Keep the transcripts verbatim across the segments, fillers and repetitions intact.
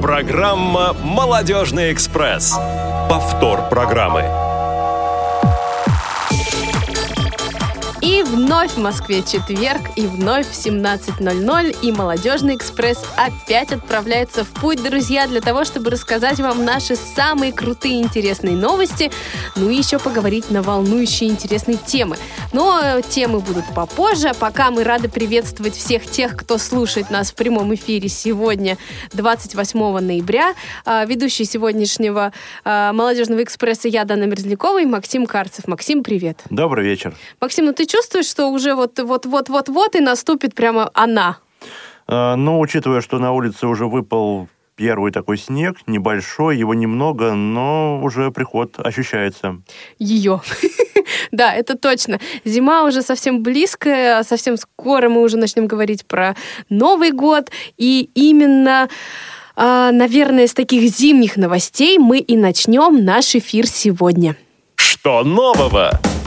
Программа «Молодежный экспресс». Повтор программы. И вновь в Москве четверг, и вновь в семнадцать ноль ноль, и «Молодежный экспресс» опять отправляется в путь, друзья, для того, чтобы рассказать вам наши самые крутые и интересные новости, ну и еще поговорить на волнующие интересные темы. Но темы будут попозже, а пока мы рады приветствовать всех тех, кто слушает нас в прямом эфире сегодня, двадцать восьмого ноября. Ведущий сегодняшнего «Молодежного экспресса» я, Дана Мерзлякова, и Максим Карцев. Максим, привет. Добрый вечер. Максим, ну ты чувствуешь, что уже вот-вот-вот-вот-вот и наступит прямо она? Э, ну, учитывая, что на улице уже выпал первый такой снег, небольшой, его немного, но уже приход ощущается. Ее. Да, это точно. Зима уже совсем близкая, совсем скоро мы уже начнем говорить про Новый год, и именно, наверное, с таких зимних новостей мы и начнем наш эфир сегодня. Что нового?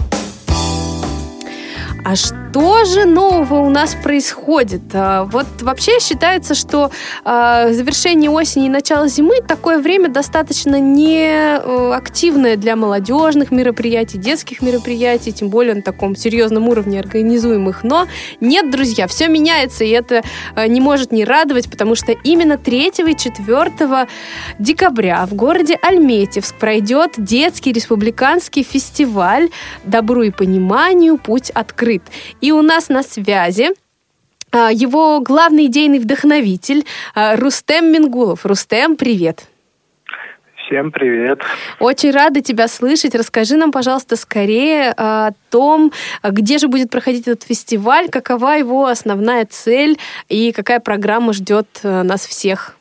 А что же нового у нас происходит? Вот вообще считается, что завершение осени и начало зимы такое время достаточно неактивное для молодежных мероприятий, детских мероприятий, тем более на таком серьезном уровне организуемых. Но нет, друзья, все меняется, и это не может не радовать, потому что именно третьего и четвёртого декабря в городе Альметьевск пройдет детский республиканский фестиваль «Добру и пониманию. Путь открыт». И у нас на связи его главный идейный вдохновитель Рустем Мингулов. Рустем, привет. Всем привет. Очень рада тебя слышать. Расскажи нам, пожалуйста, скорее о том, где же будет проходить этот фестиваль, какова его основная цель и какая программа ждет нас всех.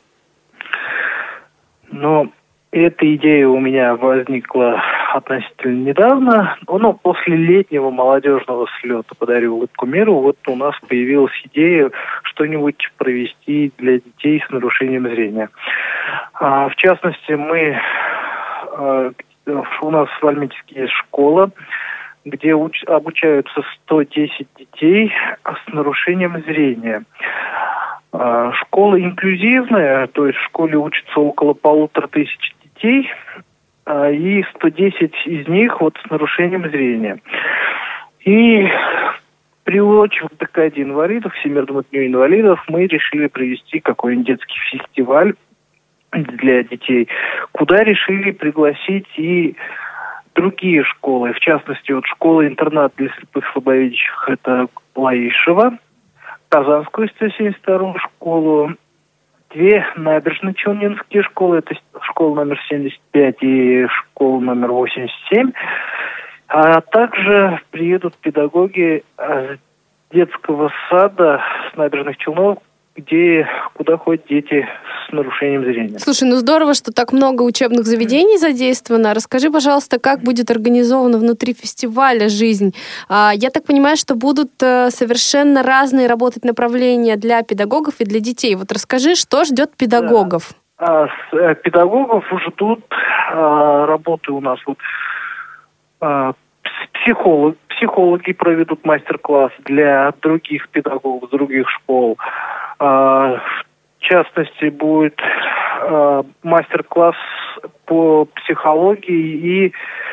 Ну, эта идея у меня возникла относительно недавно, но после летнего молодежного слета «Подарю улыбку миру» вот у нас появилась идея что-нибудь провести для детей с нарушением зрения. А, в частности, мы а, у нас в Альметьевске есть школа, где уч, обучаются сто десять детей с нарушением зрения. А, школа инклюзивная, то есть в школе учатся около полутора тысяч детей, и сто десять из них вот с нарушением зрения. И приурочив к ДК-де инвалидов, Всемирному дню инвалидов, мы решили провести какой-нибудь детский фестиваль для детей, куда решили пригласить и другие школы. В частности, вот школа-интернат для слепых и слабовидящих — это Лаишево, Казанскую сто семьдесят вторую школу, две набережно-челнинские школы, это школа номер семьдесят пять и школа номер восемьдесят семь, а также приедут педагоги детского сада с набережных Челнов, где, куда ходят дети с нарушением зрения. Слушай, ну здорово, что так много учебных заведений задействовано. Расскажи, пожалуйста, как будет организована внутри фестиваля жизнь? Я так понимаю, что будут совершенно разные работать направления для педагогов и для детей. Вот расскажи, что ждет педагогов? Да. А, педагогов ждут а, работы у нас. Вот, а, психолог, психологи проведут мастер-класс для других педагогов, других школ. В частности, будет э, мастер-класс по психологии и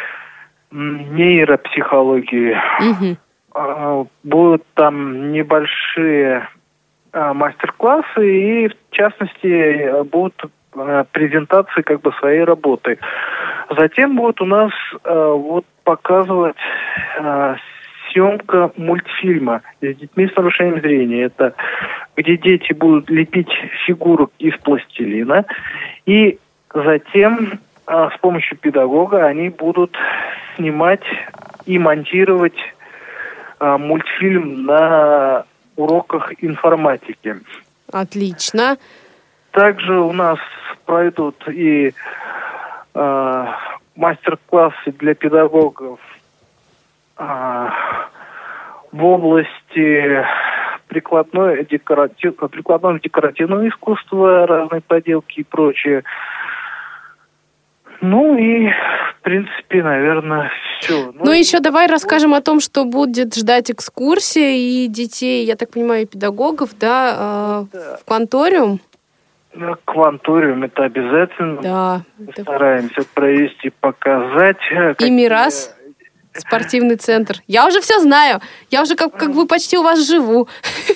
нейропсихологии. Угу. Э, будут там небольшие э, мастер-классы и, в частности, будут э, презентации как бы своей работы. Затем будет у нас э, вот показывать э, съемка мультфильма с детьми с нарушением зрения. Это где дети будут лепить фигурок из пластилина, и затем а, с помощью педагога они будут снимать и монтировать а, мультфильм на уроках информатики. Отлично. Также у нас пройдут и а, мастер-классы для педагогов а, в области прикладное, декоратив, прикладного декоративного искусства, разные поделки и прочее. Ну и, в принципе, наверное, все. Ну, ну еще давай расскажем о том, что будет ждать экскурсия и детей, я так понимаю, и педагогов, да, э, да. в Кванториум. Кванториум это обязательно. Да. Стараемся это... провести, показать. И какие... Мирас, спортивный центр. Я уже все знаю. Я уже как, как бы почти у вас живу.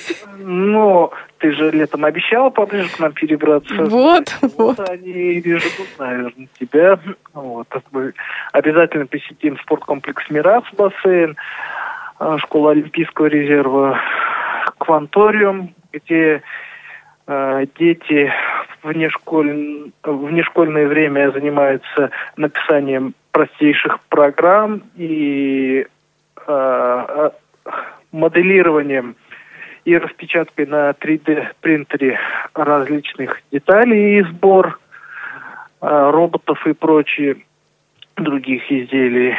Ну, ты же летом обещала поближе к нам перебраться. Вот, вот. вот. Они ждут, наверное, тебя. Вот. Мы обязательно посетим спорткомплекс «Мирас», бассейн, школа Олимпийского резерва, Кванториум, где э, дети в внешколь... внешкольное время занимаются написанием простейших программ и э, моделированием и распечаткой на три дэ принтере различных деталей и сбор э, роботов и прочие других изделий.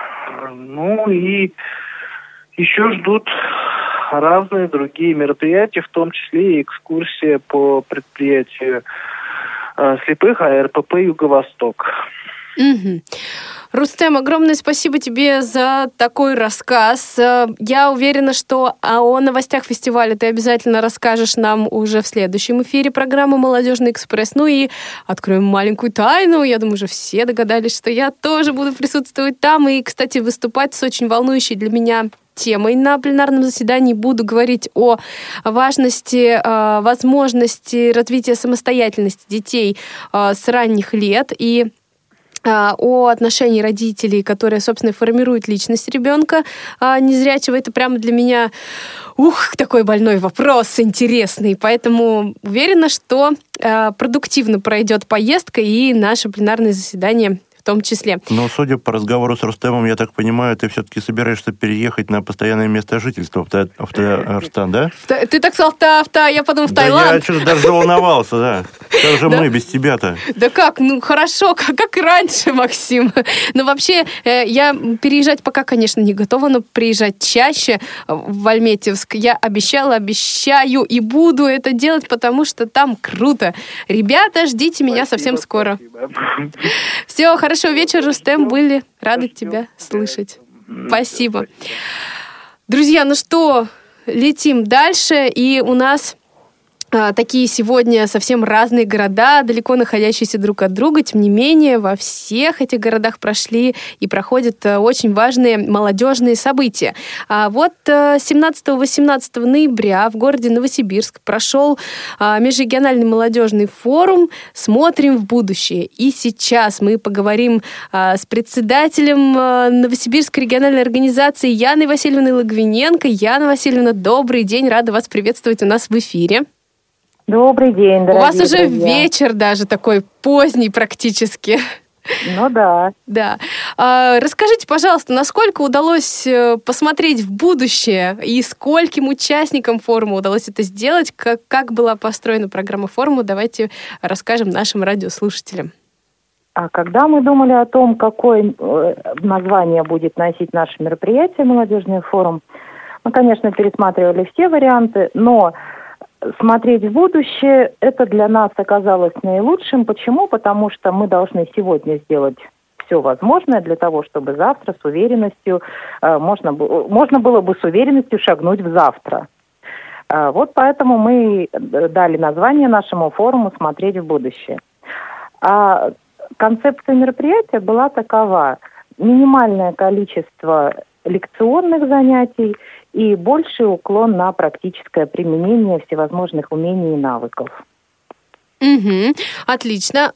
Ну и еще ждут разные другие мероприятия, в том числе и экскурсия по предприятию э, слепых А Эр Пэ Пэ «Юго-Восток». Угу. Рустем, огромное спасибо тебе за такой рассказ. Я уверена, что о новостях фестиваля ты обязательно расскажешь нам уже в следующем эфире программы «Молодежный экспресс». Ну и откроем маленькую тайну. Я думаю, уже все догадались, что я тоже буду присутствовать там. И, кстати, выступать с очень волнующей для меня темой на пленарном заседании. Буду говорить о важности, возможности развития самостоятельности детей с ранних лет и о отношении родителей, которые, собственно, формируют личность ребенка незрячего. Это прямо для меня, ух, такой больной вопрос, интересный. Поэтому уверена, что продуктивно пройдет поездка и наше пленарное заседание в том числе. Но, судя по разговору с Рустемом, я так понимаю, ты все-таки собираешься переехать на постоянное место жительства в Татарстан, да? Ты так сказал «та-та», я подумал, в да Таиланд. Я что-то даже волновался, да. Как же мы без тебя-то? Да как? Ну, хорошо, как, как и раньше, Максим. Но вообще, я переезжать пока, конечно, не готова, но приезжать чаще в Альметьевск я обещала, обещаю и буду это делать, потому что там круто. Ребята, ждите меня Спасибо, совсем скоро. Спасибо. Все, хорошего вечера, Рустем. Были рады тебя слышать. Спасибо. Друзья, ну что, летим дальше, и у нас такие сегодня совсем разные города, далеко находящиеся друг от друга. Тем не менее, во всех этих городах прошли и проходят очень важные молодежные события. А вот семнадцатого-восемнадцатого ноября в городе Новосибирск прошел межрегиональный молодежный форум «Смотрим в будущее». И сейчас мы поговорим с председателем Новосибирской региональной организации Яной Васильевной Логвиненко. Яна Васильевна, добрый день, рада вас приветствовать у нас в эфире. Добрый день, дорогие У вас уже друзья. вечер даже такой поздний практически. Ну да. Да. А, расскажите, пожалуйста, насколько удалось посмотреть в будущее и скольким участникам форума удалось это сделать? Как, как была построена программа форума? Давайте расскажем нашим радиослушателям. А когда мы думали о том, какое название будет носить наше мероприятие «Молодежный форум», мы, конечно, пересматривали все варианты, но смотреть в будущее, это для нас оказалось наилучшим. Почему? Потому что мы должны сегодня сделать все возможное для того, чтобы завтра с уверенностью, э, можно, можно было бы с уверенностью шагнуть в завтра. Э, вот поэтому мы дали название нашему форуму «Смотреть в будущее». А концепция мероприятия была такова: минимальное количество лекционных занятий и больший уклон на практическое применение всевозможных умений и навыков. Угу, отлично.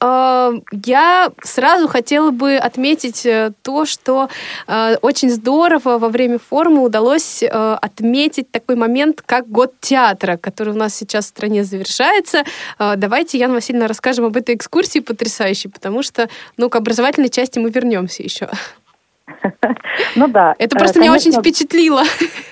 Я сразу хотела бы отметить то, что очень здорово во время форума удалось отметить такой момент, как Год театра, который у нас сейчас в стране завершается. Давайте, Яна Васильевна, расскажем об этой экскурсии потрясающей, потому что ну, к образовательной части мы вернемся еще. Ну да. Это просто меня очень впечатлило.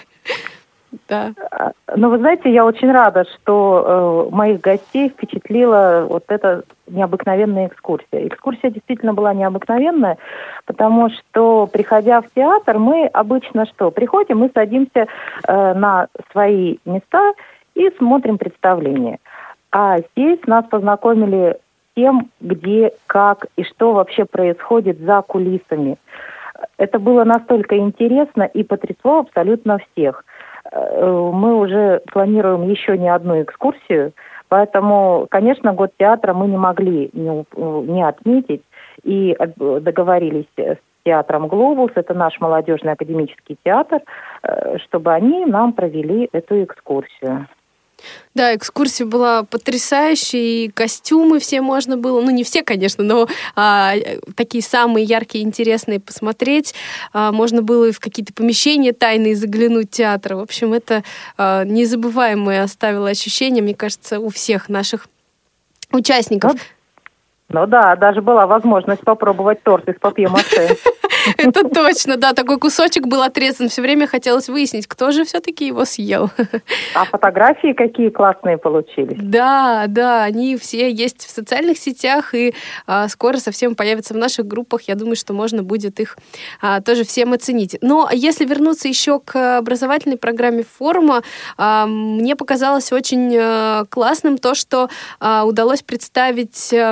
Да. Но вы знаете, я очень рада, что э, моих гостей впечатлила вот эта необыкновенная экскурсия. Экскурсия действительно была необыкновенная, потому что, приходя в театр, мы обычно что? Приходим и садимся э, на свои места и смотрим представление. А здесь нас познакомили с тем, где, как и что вообще происходит за кулисами. Это было настолько интересно и потрясло абсолютно всех. Мы уже планируем еще не одну экскурсию Поэтому, конечно, год театра мы не могли не, не отметить и договорились с театром «Глобус», это наш молодежный академический театр, чтобы они нам провели эту экскурсию. Да, экскурсия была потрясающей, и костюмы все можно было, ну не все, конечно, но а, такие самые яркие, интересные посмотреть. А, можно было и в какие-то помещения тайные заглянуть театра. В общем, это а, незабываемое оставило ощущение, мне кажется, у всех наших участников. Ну да, даже была возможность попробовать торт из папье-маше. Это точно, да, такой кусочек был отрезан. Все время хотелось выяснить, кто же все-таки его съел. А фотографии какие классные получились. Да, да, они все есть в социальных сетях и а, скоро совсем появятся в наших группах. Я думаю, что можно будет их а, тоже всем оценить. Но если вернуться еще к образовательной программе форума, а, мне показалось очень а, классным то, что а, удалось представить... А,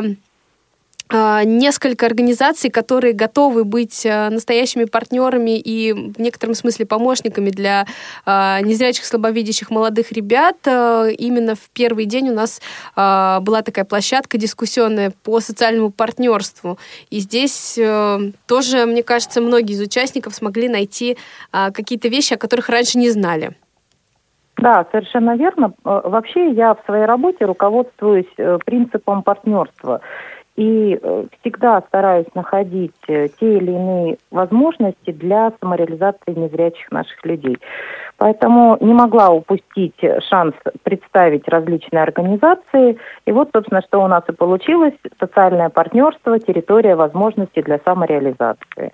несколько организаций, которые готовы быть настоящими партнерами и в некотором смысле помощниками для незрячих, слабовидящих молодых ребят. Именно в первый день у нас была такая площадка дискуссионная по социальному партнерству. И здесь тоже, мне кажется, многие из участников смогли найти какие-то вещи, о которых раньше не знали. Да, совершенно верно. Вообще я в своей работе руководствуюсь принципом партнерства. И всегда стараюсь находить те или иные возможности для самореализации незрячих наших людей. Поэтому не могла упустить шанс представить различные организации. И вот, собственно, что у нас и получилось. Социальное партнерство, территория возможностей для самореализации.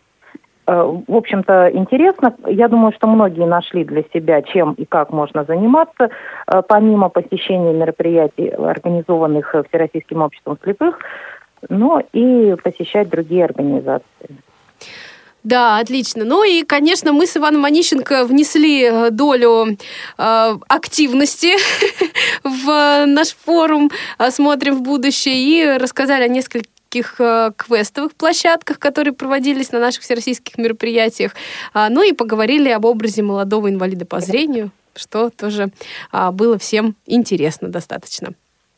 В общем-то, интересно. Я думаю, что многие нашли для себя, чем и как можно заниматься, помимо посещения мероприятий, организованных Всероссийским обществом слепых, но и посещать другие организации. Да, отлично. Ну и, конечно, мы с Иваном Онищенко внесли долю э, активности в наш форум «Смотрим в будущее» и рассказали о нескольких квестовых площадках, которые проводились на наших всероссийских мероприятиях. Ну и поговорили об образе молодого инвалида по зрению, что тоже было всем интересно достаточно.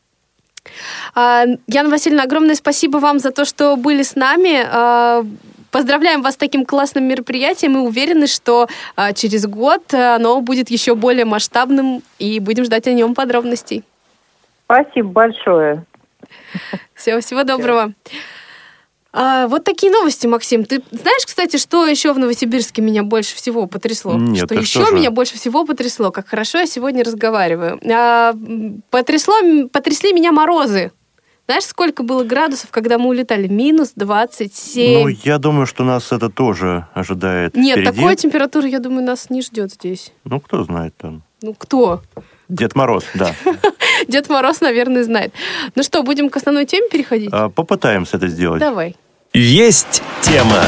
Яна Васильевна, огромное спасибо вам за то, что были с нами. Поздравляем вас с таким классным мероприятием и уверены, что через год оно будет еще более масштабным, и будем ждать о нем подробностей. Спасибо большое. Всего, всего доброго. А, вот такие новости, Максим. Ты знаешь, кстати, что еще в Новосибирске меня больше всего потрясло? Нет, что а еще что меня больше всего потрясло? Как хорошо я сегодня разговариваю. А, потрясло, потрясли меня морозы. Знаешь, сколько было градусов, когда мы улетали? минус двадцать семь. Ну, я думаю, что нас это тоже ожидает Нет, впереди. такой температуры, я думаю, нас не ждет здесь. Ну, кто знает там. Ну, кто? Дед Мороз, да. Дед Мороз, наверное, знает. Ну что, будем к основной теме переходить? А, попытаемся это сделать. Давай. Есть тема.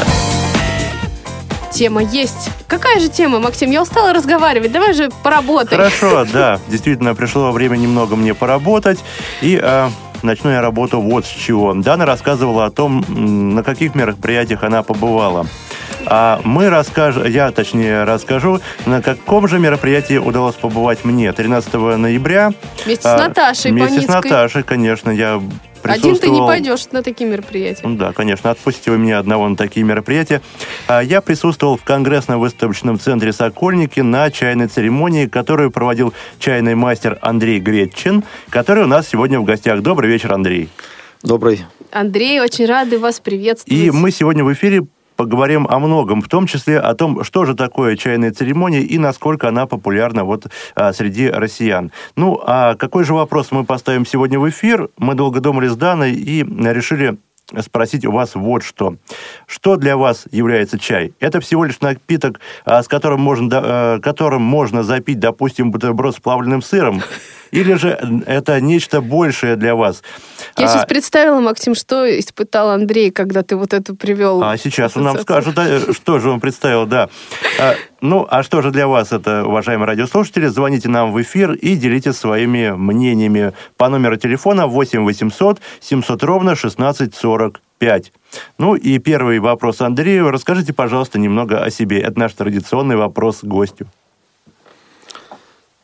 Тема есть. Какая же тема, Максим? Я устала разговаривать. Давай же поработай. Хорошо, да. Действительно, пришло время немного мне поработать. И а, начну я работу вот с чего. Дана рассказывала о том, на каких мероприятиях она побывала. А мы расскажем, я точнее расскажу, на каком же мероприятии удалось побывать мне. тринадцатого ноября. Вместе с Наташей Вместе Паницкой. с Наташей, конечно, я Один ты не пойдешь на такие мероприятия. Ну да, конечно, отпустите вы меня одного на такие мероприятия. Я присутствовал в конгрессно-выставочном центре «Сокольники» на чайной церемонии, которую проводил чайный мастер Андрей Гретчин, который у нас сегодня в гостях. Добрый вечер, Андрей. Добрый. Андрей, очень рады вас приветствовать. И мы сегодня в эфире поговорим о многом, в том числе о том, что же такое чайная церемония и насколько она популярна вот а, среди россиян. Ну, а какой же вопрос мы поставим сегодня в эфир? Мы долго думали с Даной и решили спросить у вас вот что. Что для вас является чай? Это всего лишь напиток, а, с которым можно, а, которым можно запить, допустим, бутерброд с плавленным сыром? Или же это нечто большее для вас? Я а, сейчас представила, Максим, что испытал Андрей, когда ты вот это привел. А сейчас он нам скажет, что же он представил, да. А, ну, а что же для вас это, уважаемые радиослушатели? Звоните нам в эфир и делитесь своими мнениями по номеру телефона восемь восемьсот семьсот ровно шестнадцать сорок пять. Ну и первый вопрос Андрею. Расскажите, пожалуйста, немного о себе. Это наш традиционный вопрос гостю.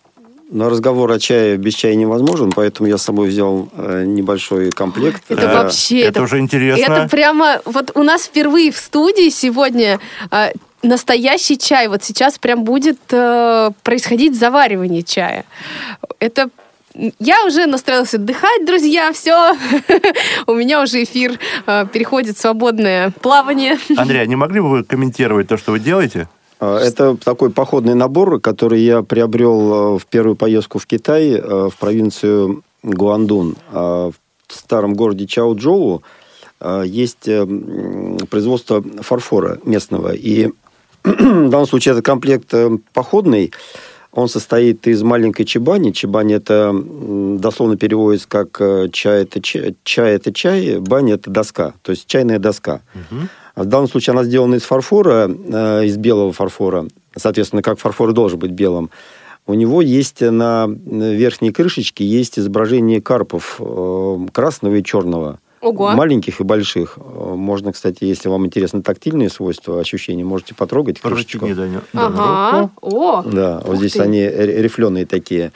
Но разговор о чае без чая невозможен, поэтому я с собой взял э, небольшой комплект. Это Да, вообще... это уже интересно. Это прямо... Вот у нас впервые в студии сегодня э, настоящий чай. Вот сейчас прям будет э, происходить заваривание чая. Это... Я уже настроилась отдыхать, друзья, все. У меня уже эфир э, переходит в свободное плавание. Андрей, а не могли бы вы комментировать то, что вы делаете? Это такой походный набор, который я приобрел в первую поездку в Китай, в провинцию Гуандун. В старом городе Чаочжоу есть производство фарфора местного. И в данном случае это комплект походный. Он состоит из маленькой чибани. Чибани – это дословно переводится как чай – это чай, чай, это чай, бани – это доска, то есть чайная доска. Угу. В данном случае она сделана из фарфора, из белого фарфора. Соответственно, как фарфор должен быть белым. У него есть на верхней крышечке есть изображение карпов красного и черного. Ого. Маленьких и больших. Можно, кстати, если вам интересны тактильные свойства, ощущения, можете потрогать крышечку. Ага. О, да, вот здесь ты. они рифленые такие.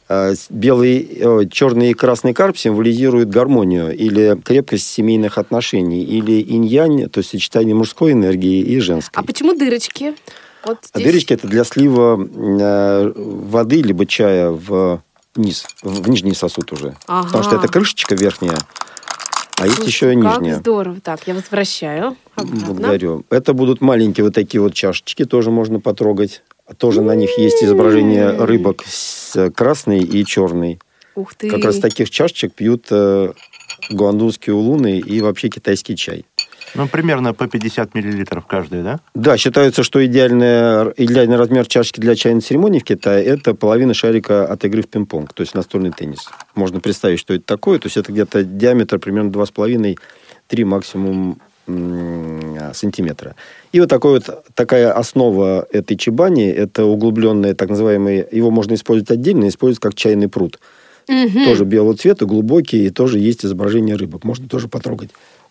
Белый, черный и красный карп символизируют гармонию или крепкость семейных отношений, или инь-янь, то есть сочетание мужской энергии и женской. А почему дырочки? Вот А здесь. дырочки – это для слива воды либо чая в низ, в нижний сосуд уже. Ага. Потому что это крышечка верхняя, а есть Слушай, еще и нижняя. Как здорово. Так, я возвращаю обратно. Благодарю. Это будут маленькие вот такие вот чашечки, тоже можно потрогать. Тоже на них есть изображение рыбок с красной и черной. Ух ты. Как раз таких чашечек пьют э, гуандунские улуны и вообще китайский чай. Ну, примерно по пятьдесят миллилитров каждый, да? Да, считается, что идеальный, идеальный размер чашки для чайной церемонии в Китае – это половина шарика от игры в пинг-понг, то есть настольный теннис. Можно представить, что это такое. То есть это где-то диаметр примерно два с половиной - три максимум сантиметра. И вот, такой вот такая основа этой чибани – это углубленная, так называемый, его можно использовать отдельно, использовать как чайный пруд. Угу. Тоже белого цвета, глубокий, и тоже есть изображение рыбок. Можно тоже потрогать.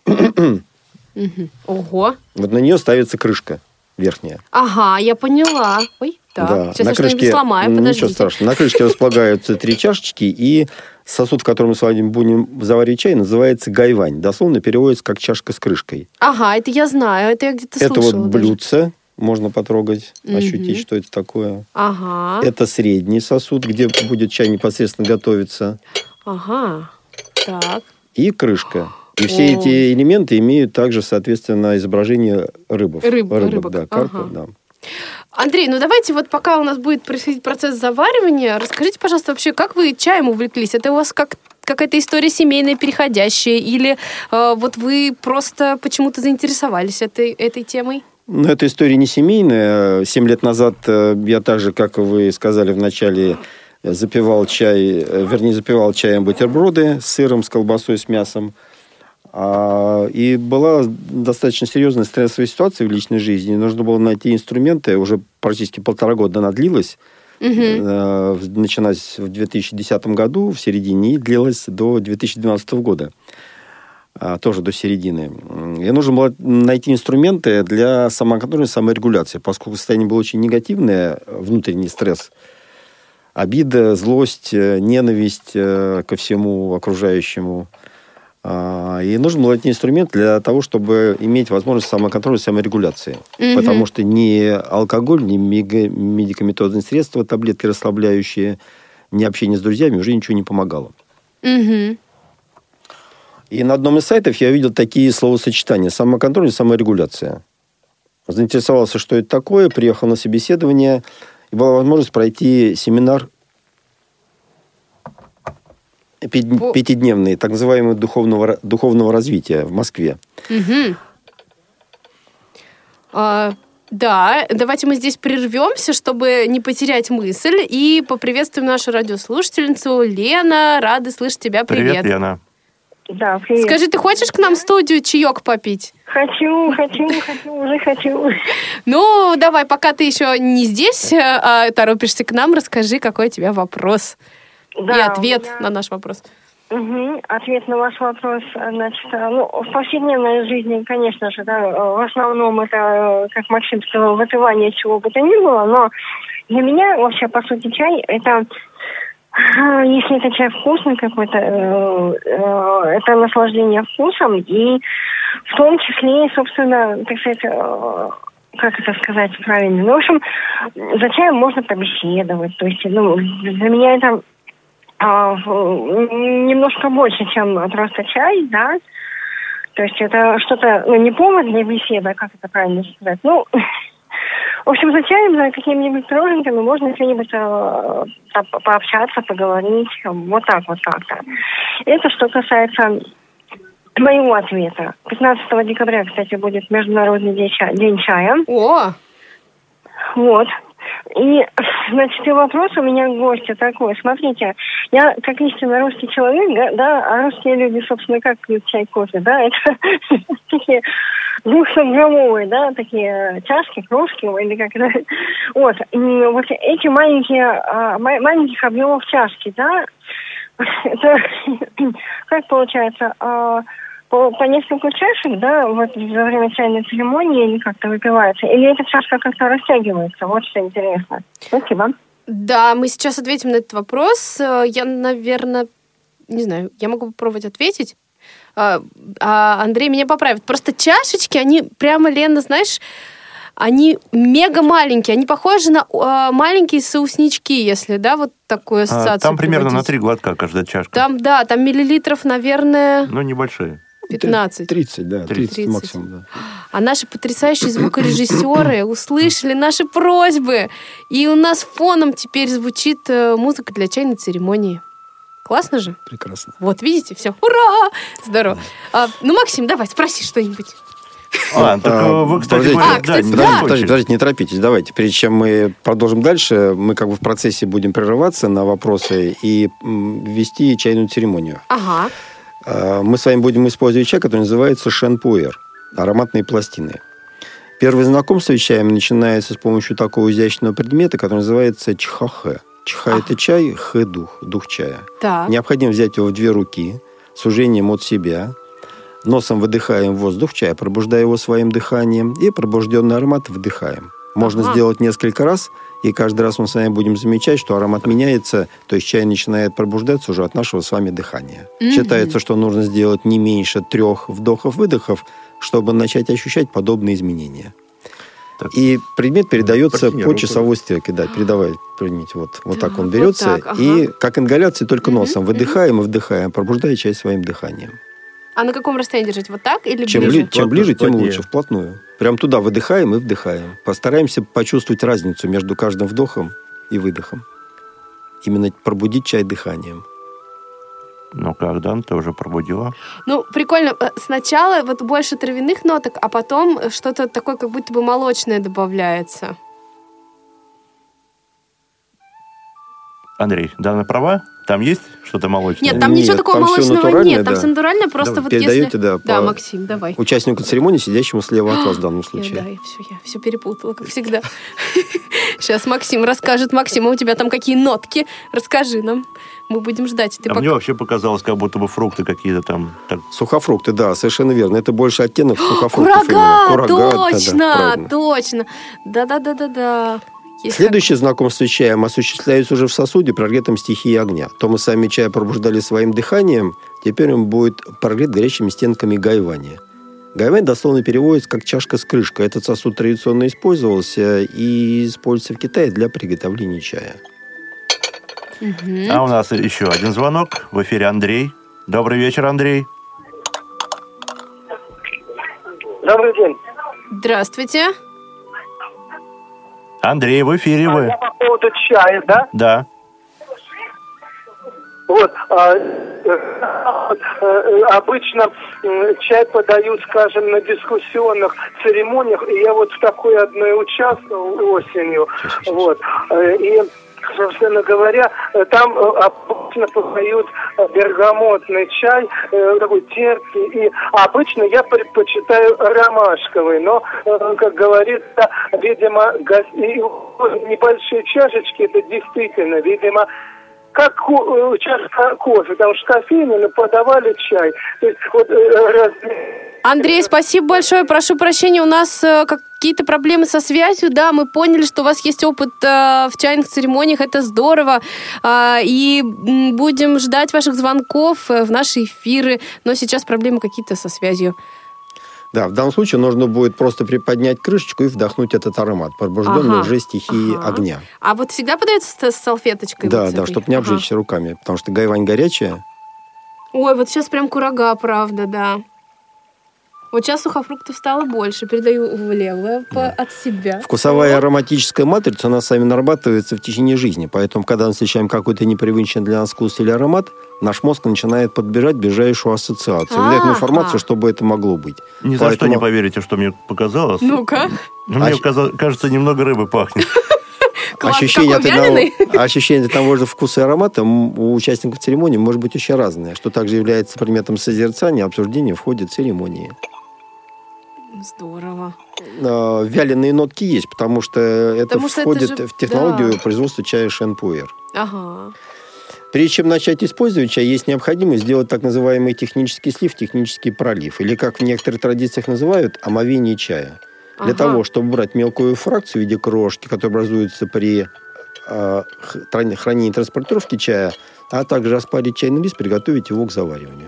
Угу. Ого. Вот на нее ставится крышка верхняя. Ага, я поняла. Ой, так, да. сейчас на я крышке, что-нибудь сломаю, подождите. Ничего страшного. На крышке располагаются три чашечки, и сосуд, в котором мы с вами будем заваривать чай, называется гайвань. Дословно переводится как чашка с крышкой. Ага, это я знаю, это я где-то это слышала. Это вот даже. блюдце, можно потрогать, угу. ощутить, что это такое. Ага. Это средний сосуд, где будет чай непосредственно готовиться. Ага, так. И крышка. И все О. эти элементы имеют также, соответственно, изображение рыбов. Рыб, рыбок, рыбок, да, карпов, ага. да. Андрей, ну давайте вот пока у нас будет происходить процесс заваривания, расскажите, пожалуйста, вообще, как вы чаем увлеклись? Это у вас как какая-то история семейная, переходящая, или э, вот вы просто почему-то заинтересовались этой, этой темой? Ну, эта история не семейная. Семь лет назад я так же, как вы сказали в начале, запивал чай, вернее, запивал чаем бутерброды с сыром, с колбасой, с мясом. И была достаточно серьезная стрессовая ситуация в личной жизни. Нужно было найти инструменты. Уже практически полтора года она длилась. Угу. Начиналась в две тысячи десятом году, в середине, и длилась до две тысячи двенадцатого года. Тоже до середины. И нужно было найти инструменты для самоконтроля и саморегуляции, поскольку состояние было очень негативное, внутренний стресс. Обида, злость, ненависть ко всему окружающему. И нужен был этот инструмент для того, чтобы иметь возможность самоконтроля и саморегуляции. Mm-hmm. Потому что ни алкоголь, ни медикаментозные средства, таблетки расслабляющие, ни общение с друзьями уже ничего не помогало. Mm-hmm. И на одном из сайтов я увидел такие словосочетания: самоконтроль и саморегуляция. Заинтересовался, что это такое, приехал на собеседование, и была возможность пройти семинар пятидневный, так называемый духовного, духовного развития в Москве. Угу. А, да, давайте мы здесь прервемся, чтобы не потерять мысль, и поприветствуем нашу радиослушательницу Лена. Рады слышать тебя. Привет. Привет, Лена. Да, привет. Скажи, ты хочешь к нам в студию чаек попить? Хочу, хочу, хочу, уже хочу. Ну, давай, пока ты еще не здесь, а торопишься к нам, расскажи, какой у тебя вопрос. Да, и ответ меня... на наш вопрос. Угу. Ответ на ваш вопрос, значит, ну, в повседневной жизни, конечно же, да, в основном это, как Максим сказал, выпивание чего бы то ни было, но для меня вообще, по сути, чай, это, если это чай вкусный какой-то, это наслаждение вкусом, и в том числе, собственно, так сказать, как это сказать правильно, ну, в общем, за чаем можно побеседовать, то есть, ну, для меня это а, немножко больше, чем просто чай, да, то есть это что-то, ну, не повод для беседы, как это правильно сказать, ну, в общем, за чаем, за какими-нибудь пироженками можно что-нибудь э, пообщаться, поговорить, вот так вот как-то. Это что касается моего ответа. пятнадцатого декабря, кстати, будет Международный день чая. День чая. О! Вот. И, значит, и вопрос у меня к гостю такой. Смотрите, я как истинно русский человек, да, а русские люди, собственно, как пьют чай, кофе, да, это такие двухсотграммовые, да, такие чашки, кружки, или как это. Вот. И вот эти маленькие, маленьких объемов чашки, да, это, как получается, По, по несколько чашек, да, вот во время чайной церемонии или как-то выпивается? Или эта чашка как-то растягивается? Вот что интересно. Спасибо. Да, мы сейчас ответим на этот вопрос. Я, наверное, не знаю, я могу попробовать ответить. А Андрей меня поправит. Просто чашечки, они прямо, Лена, знаешь, они мега маленькие. Они похожи на э, маленькие соуснички, если, да, вот такую ассоциацию а, Там примерно приводить. на три глотка каждая чашка. Там, да, там миллилитров, наверное... Ну, небольшие. пятнадцать. тридцать, да, тридцать, тридцать максимум, да. А наши потрясающие звукорежиссеры услышали наши просьбы. И у нас фоном теперь звучит музыка для чайной церемонии. Классно же? Прекрасно. Вот, видите, все. Ура! Здорово. А, ну, Максим, давай, спроси что-нибудь. А, так а, вы, кстати, подождите, говоря, а, кстати, да, да. Подождите, подождите, подождите, не торопитесь, давайте. Прежде чем мы продолжим дальше, мы как бы в процессе будем прерываться на вопросы и м, вести чайную церемонию. Ага. Мы с вами будем использовать чай, который называется шенпуэр, ароматные пластины. Первое знакомство с чаем начинается с помощью такого изящного предмета, который называется чхахэ. Чха – это чай, хэ – дух, дух чая. Так. Необходимо взять его в две руки, сужением от себя. Носом выдыхаем воздух чая, пробуждая его своим дыханием, и пробужденный аромат вдыхаем. Можно ага. сделать несколько раз, и каждый раз мы с вами будем замечать, что аромат меняется, то есть чай начинает пробуждаться уже от нашего с вами дыхания. Mm-hmm. Считается, что нужно сделать не меньше трех вдохов-выдохов, чтобы начать ощущать подобные изменения. Так. И предмет передается Партнер, по часовой стрелке. Да, передавай предмет. Вот, вот так он берется. Вот так, ага. И как ингаляция, только mm-hmm. носом. Выдыхаем и вдыхаем, пробуждая чай своим дыханием. А на каком расстоянии держать? Вот так или чем ближе? Бли, чем ближе, тем лучше, вплотную. Прям туда выдыхаем и вдыхаем. Постараемся почувствовать разницу между каждым вдохом и выдохом. Именно пробудить чай дыханием. Ну как, Дан, ты уже пробудила? Ну, прикольно. Сначала вот больше травяных ноток, а потом что-то такое, как будто бы молочное добавляется. Андрей, Дана права? Там есть что-то молочное? Нет, там нет, ничего такого там молочного нет. Там да. все натурально, просто да, вот передаете, если... да, да, по Максим, давай. Участнику церемонии, сидящему слева от вас в данном случае. Я, да, я все, я все перепутала, как всегда. Сейчас Максим расскажет. Максим, а у тебя там какие нотки? Расскажи нам. Мы будем ждать. Ты а пока... мне вообще показалось, как будто бы фрукты какие-то там. Так... Сухофрукты, да, совершенно верно. Это больше оттенок сухофруктов. Курага, Курага, точно, да, да, точно. Да-да-да-да-да. Есть Следующее как... знакомство с чаем осуществляется уже в сосуде, прогретом стихией огня. То мы сами чай пробуждали своим дыханием, теперь он будет прогрет горячими стенками гайвани. Гайвань дословно переводится как чашка с крышкой. Этот сосуд традиционно использовался и используется в Китае для приготовления чая. Угу. А у нас еще один звонок. В эфире Андрей. Добрый вечер, Андрей. Добрый день. Здравствуйте. Андрей, в эфире вы. А, по поводу чая, да? Да. Вот, а, а, а, обычно а, чай подают, скажем, на дискуссионных церемониях, и я вот в такой одной участвовал осенью, вот, и, собственно говоря, там обычно подают бергамотный чай, такой терпкий, и обычно я предпочитаю ромашковый, но, как говорится, видимо, небольшие чашечки, это действительно, видимо, как ко- чашка кофе, потому что кофейные подавали чай. То есть вот э, раз... Андрей, спасибо большое. Прошу прощения, у нас э, какие-то проблемы со связью. Да, мы поняли, что у вас есть опыт э, в чайных церемониях. Это здорово. Э, и м, будем ждать ваших звонков э, в наши эфиры. Но сейчас проблемы какие-то со связью. Да, в данном случае нужно будет просто приподнять крышечку и вдохнуть этот аромат, пробужденный Ага, уже стихией ага. огня. А вот всегда подается с, с салфеточкой? Да, вот да, этой? чтобы не обжечься Ага. руками, потому что гайвань горячая. Ой, вот сейчас прям курага, правда, да. Вот сейчас сухофруктов стало больше. Передаю влево по- от себя. Вкусовая О. ароматическая матрица у нас с вами нарабатывается в течение жизни, поэтому, когда мы встречаем какой-то непривычный для нас вкус или аромат, наш мозг начинает подбирать ближайшую ассоциацию, выдает А-а. информацию, что бы это могло быть. Ни за что Поэтому- не поверите, что мне показалось. Ну-ка. Ну, мне А- казалось- кажется, немного рыбы пахнет. Класс, Ощущение, какой от одного, вяленый. ощущение от того же вкуса и аромата м, у участников церемонии может быть очень разное, что также является предметом созерцания, обсуждения в ходе церемонии. Здорово. Э, Вяленые нотки есть, потому что это Потому что это входит же- в технологию да. производства чая шенпуэр. Ага. Прежде чем начать использовать чай, есть необходимость сделать так называемый технический слив, технический пролив, или, как в некоторых традициях называют, омовение чая. Для Ага. того, чтобы брать мелкую фракцию в виде крошки, которая образуется при э, храни- хранении и транспортировке чая, а также распарить чайный лист, приготовить его к завариванию.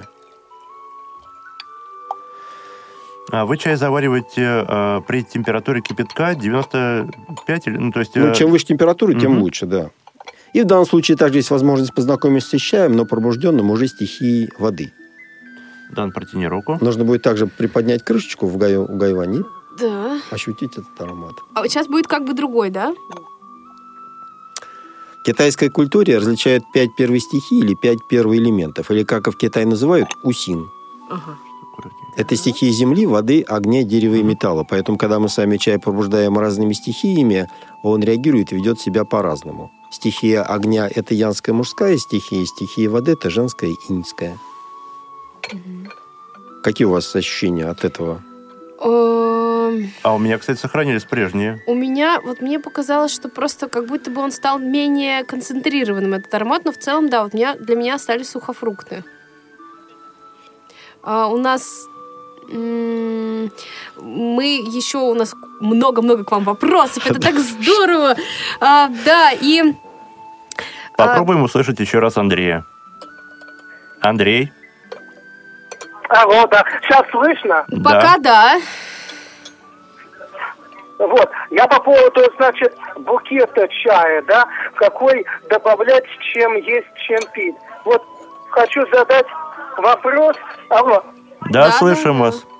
А вы чай завариваете э, при температуре кипятка девяносто пять, или, ну, то есть... Ну, э, чем выше температура, тем мгм. лучше, да. И в данном случае также есть возможность познакомиться с чаем, но пробужденным уже стихией воды. Дан, протяни руку. Нужно будет также приподнять крышечку в, гай, в гайване и Да. ощутить этот аромат. А вот сейчас будет как бы другой, да? В китайской культуре различают пять первых стихий или пять первоэлементов, или, как и в Китае называют, усин. Ага. Это стихии земли, воды, огня, дерева и металла. Поэтому, когда мы с вами чай пробуждаем разными стихиями, он реагирует и ведет себя по-разному. Стихия огня – это янская мужская стихия, стихия воды – это женская иньская. Какие у вас ощущения от этого? Эм, А у меня, кстати, сохранились прежние. У меня, вот мне показалось, что просто как будто бы он стал менее концентрированным, этот аромат, но в целом, да, вот меня, для меня остались сухофрукты. А, у нас... м, Мы еще... У нас много-много к вам вопросов. Это так здорово! А, да, и... Попробуем услышать еще раз Андрея. Андрей? Алло, да. Сейчас слышно? Пока да. Вот. Я по поводу, значит, букета чая, да, какой добавлять, чем есть, чем пить. Вот хочу задать вопрос. Алло. Да, Да, слышим да, вас.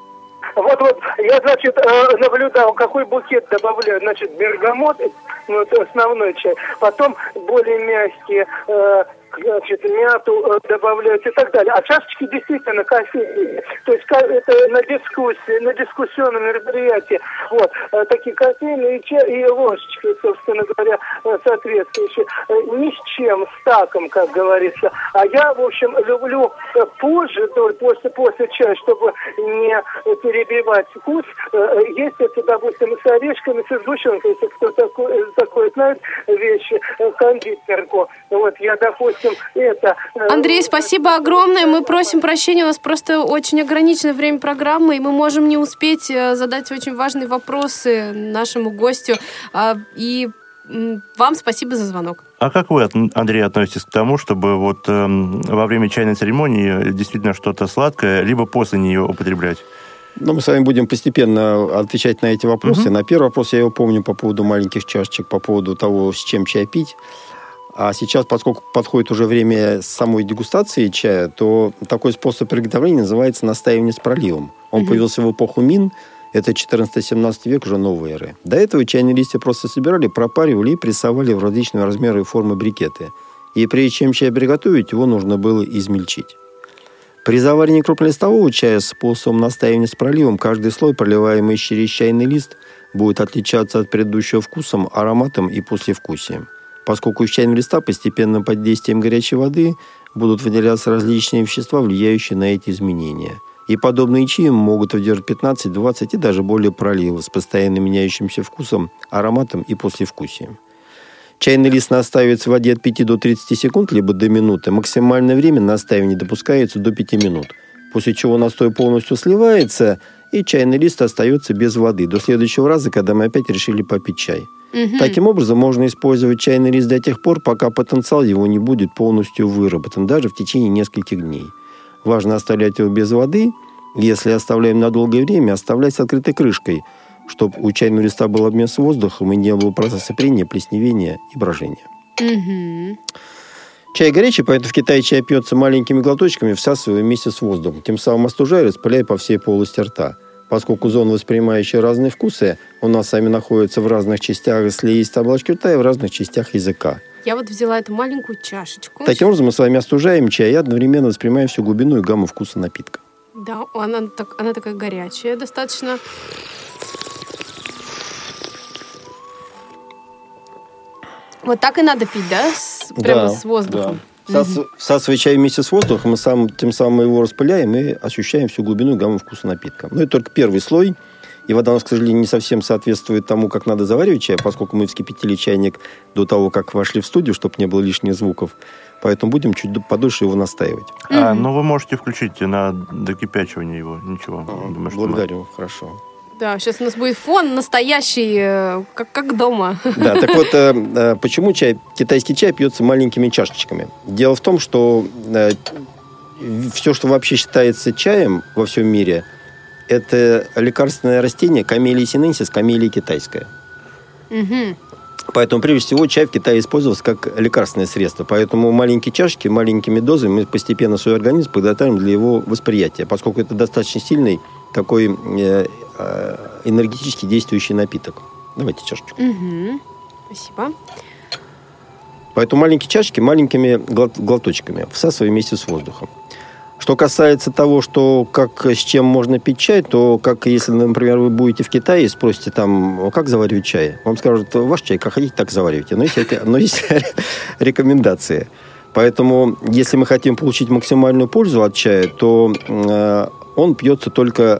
Вот, вот, я, значит, э, наблюдал, какой букет добавляют, значит, бергамот, ну, это основной чай, потом более мягкие, э, значит, мяту э, добавляют и так далее. А чашечки действительно кофейные. То есть ка- это на дискуссии, на дискуссионном мероприятии. Вот, э, такие кофейные чай и ложечки, собственно говоря, э, соответствующие. Э, ни с чем, с таком, как говорится. А я, в общем, люблю э, позже, то есть после, после чая, чтобы не перебивать вкус. Э, есть это, допустим, с орешками, с сгущенкой, если кто такой, такой знает вещи, э, кондитерку. Вот, я, допустим, это... э, Андрей, спасибо огромное. Мы просим прощения, у нас просто очень ограниченное время программы, и мы можем не успеть э, задать очень важные вопросы нашему гостю. А, И м, вам спасибо за звонок. А как вы, Андрей, относитесь к тому, чтобы вот эм, во время чайной церемонии действительно что-то сладкое, либо после нее употреблять? Ну, мы с вами будем постепенно отвечать на эти вопросы. Мгм. На первый вопрос я его помню по поводу маленьких чашечек, по поводу того, с чем чай пить. А сейчас, поскольку подходит уже время самой дегустации чая, то такой способ приготовления называется настаивание с проливом. Он Мгм. появился в эпоху Мин. Это четырнадцатый-семнадцатый век, уже новой эры. До этого чайные листья просто собирали, пропаривали и прессовали в различные размеры и формы брикеты. И прежде чем чай приготовить, его нужно было измельчить. При заваривании крупнолистового чая с способом настаивания с проливом каждый слой, проливаемый через чайный лист, будет отличаться от предыдущего вкусом, ароматом и послевкусием. Поскольку из чайного листа постепенно под действием горячей воды будут выделяться различные вещества, влияющие на эти изменения. И подобные чаи могут выдержать пятнадцать, двадцать и даже более проливов с постоянно меняющимся вкусом, ароматом и послевкусием. Чайный лист настаивается в воде от пяти до тридцати секунд, либо до минуты. Максимальное время настаивания допускается до пяти минут. После чего настой полностью сливается, и чайный лист остается без воды до следующего раза, когда мы опять решили попить чай. Угу. Таким образом, можно использовать чайный лист до тех пор, пока потенциал его не будет полностью выработан, даже в течение нескольких дней. Важно оставлять его без воды. Если оставляем на долгое время, оставлять с открытой крышкой, чтобы у чайного листа был обмен с воздухом и не было процесса прения, плесневения и брожения. Угу. Чай горячий, поэтому в Китае чай пьется маленькими глоточками, всасывая вместе с воздухом, тем самым остужая и распыляя по всей полости рта. Поскольку зоны, воспринимающие разные вкусы, у нас сами находятся в разных частях слизистой оболочки рта и в разных частях языка. Я вот взяла эту маленькую чашечку. Таким образом, мы с вами остужаем чай и одновременно воспринимаем всю глубину и гамму вкуса напитка. Да, она, так, она такая горячая достаточно. Вот так и надо пить, да? С, прямо да, с воздухом. Да. Всас, всасывая чай вместе с воздухом, мы сам, тем самым его распыляем и ощущаем всю глубину и гамму вкуса напитка. Но это только первый слой. И вода у нас, к сожалению, не совсем соответствует тому, как надо заваривать чай, поскольку мы вскипятили чайник до того, как вошли в студию, чтобы не было лишних звуков. Поэтому будем чуть подольше его настаивать. А, mm-hmm. Ну, вы можете включить на докипячивание его. Ничего. А, думаю, благодарю, что... хорошо. Да, сейчас у нас будет фон настоящий, как, как дома. Да, так вот, э, почему чай, китайский чай пьется маленькими чашечками? Дело в том, что э, все, что вообще считается чаем во всем мире, это лекарственное растение камелия синенсис, камелия китайская. Угу. Поэтому, прежде всего, чай в Китае использовался как лекарственное средство. Поэтому маленькие чашки, маленькими дозами мы постепенно свой организм подготавливаем для его восприятия, поскольку это достаточно сильный такой э, э, энергетически действующий напиток. Давайте чашечку. Угу. Спасибо. Поэтому маленькие чашки маленькими глот- глоточками, всасывая вместе с воздухом. Что касается того, что как, с чем можно пить чай, то как если, например, вы будете в Китае и спросите там, как заваривать чай, вам скажут, ваш чай, как хотите, так заваривайте. Но есть, но есть рекомендации. Поэтому, если мы хотим получить максимальную пользу от чая, то э, он пьется только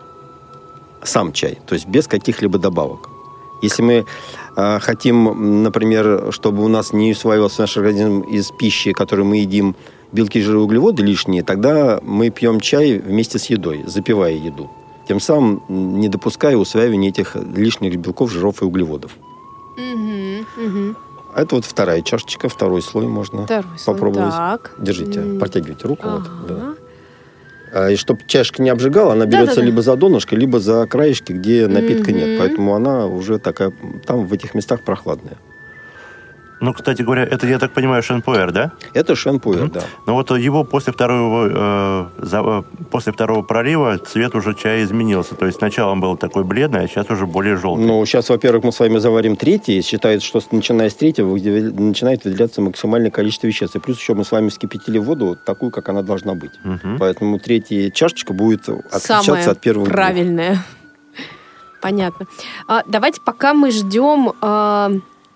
сам чай, то есть без каких-либо добавок. Если мы э, хотим, например, чтобы у нас не усваивался наш организм из пищи, которую мы едим, белки, жиры, углеводы лишние, тогда мы пьем чай вместе с едой, запивая еду. Тем самым не допуская усваивания этих лишних белков, жиров и углеводов. Угу, угу. А это вот вторая чашечка, второй слой можно второй попробовать. Слой. Так. Держите, mm. протягивайте руку. Ага. Вот, да. а, и чтобы чашка не обжигала, она берется Да-да-да. либо за донышко, либо за краешки, где напитка mm-hmm. нет. Поэтому она уже такая, там в этих местах прохладная. Ну, кстати говоря, это, я так понимаю, шенпуэр, да? Это шенпуэр, mm-hmm. да. Но вот его после второго, э, за, после второго пролива цвет уже чая изменился. То есть сначала он был такой бледный, а сейчас уже более желтый. Ну, сейчас, во-первых, мы с вами заварим третий. Считается, что начиная с третьего начинает выделяться максимальное количество веществ. И плюс еще мы с вами вскипятили воду такую, как она должна быть. Mm-hmm. Поэтому третья чашечка будет отличаться Самая от первого. Правильная. Двух. Понятно. А, давайте, пока мы ждем... А...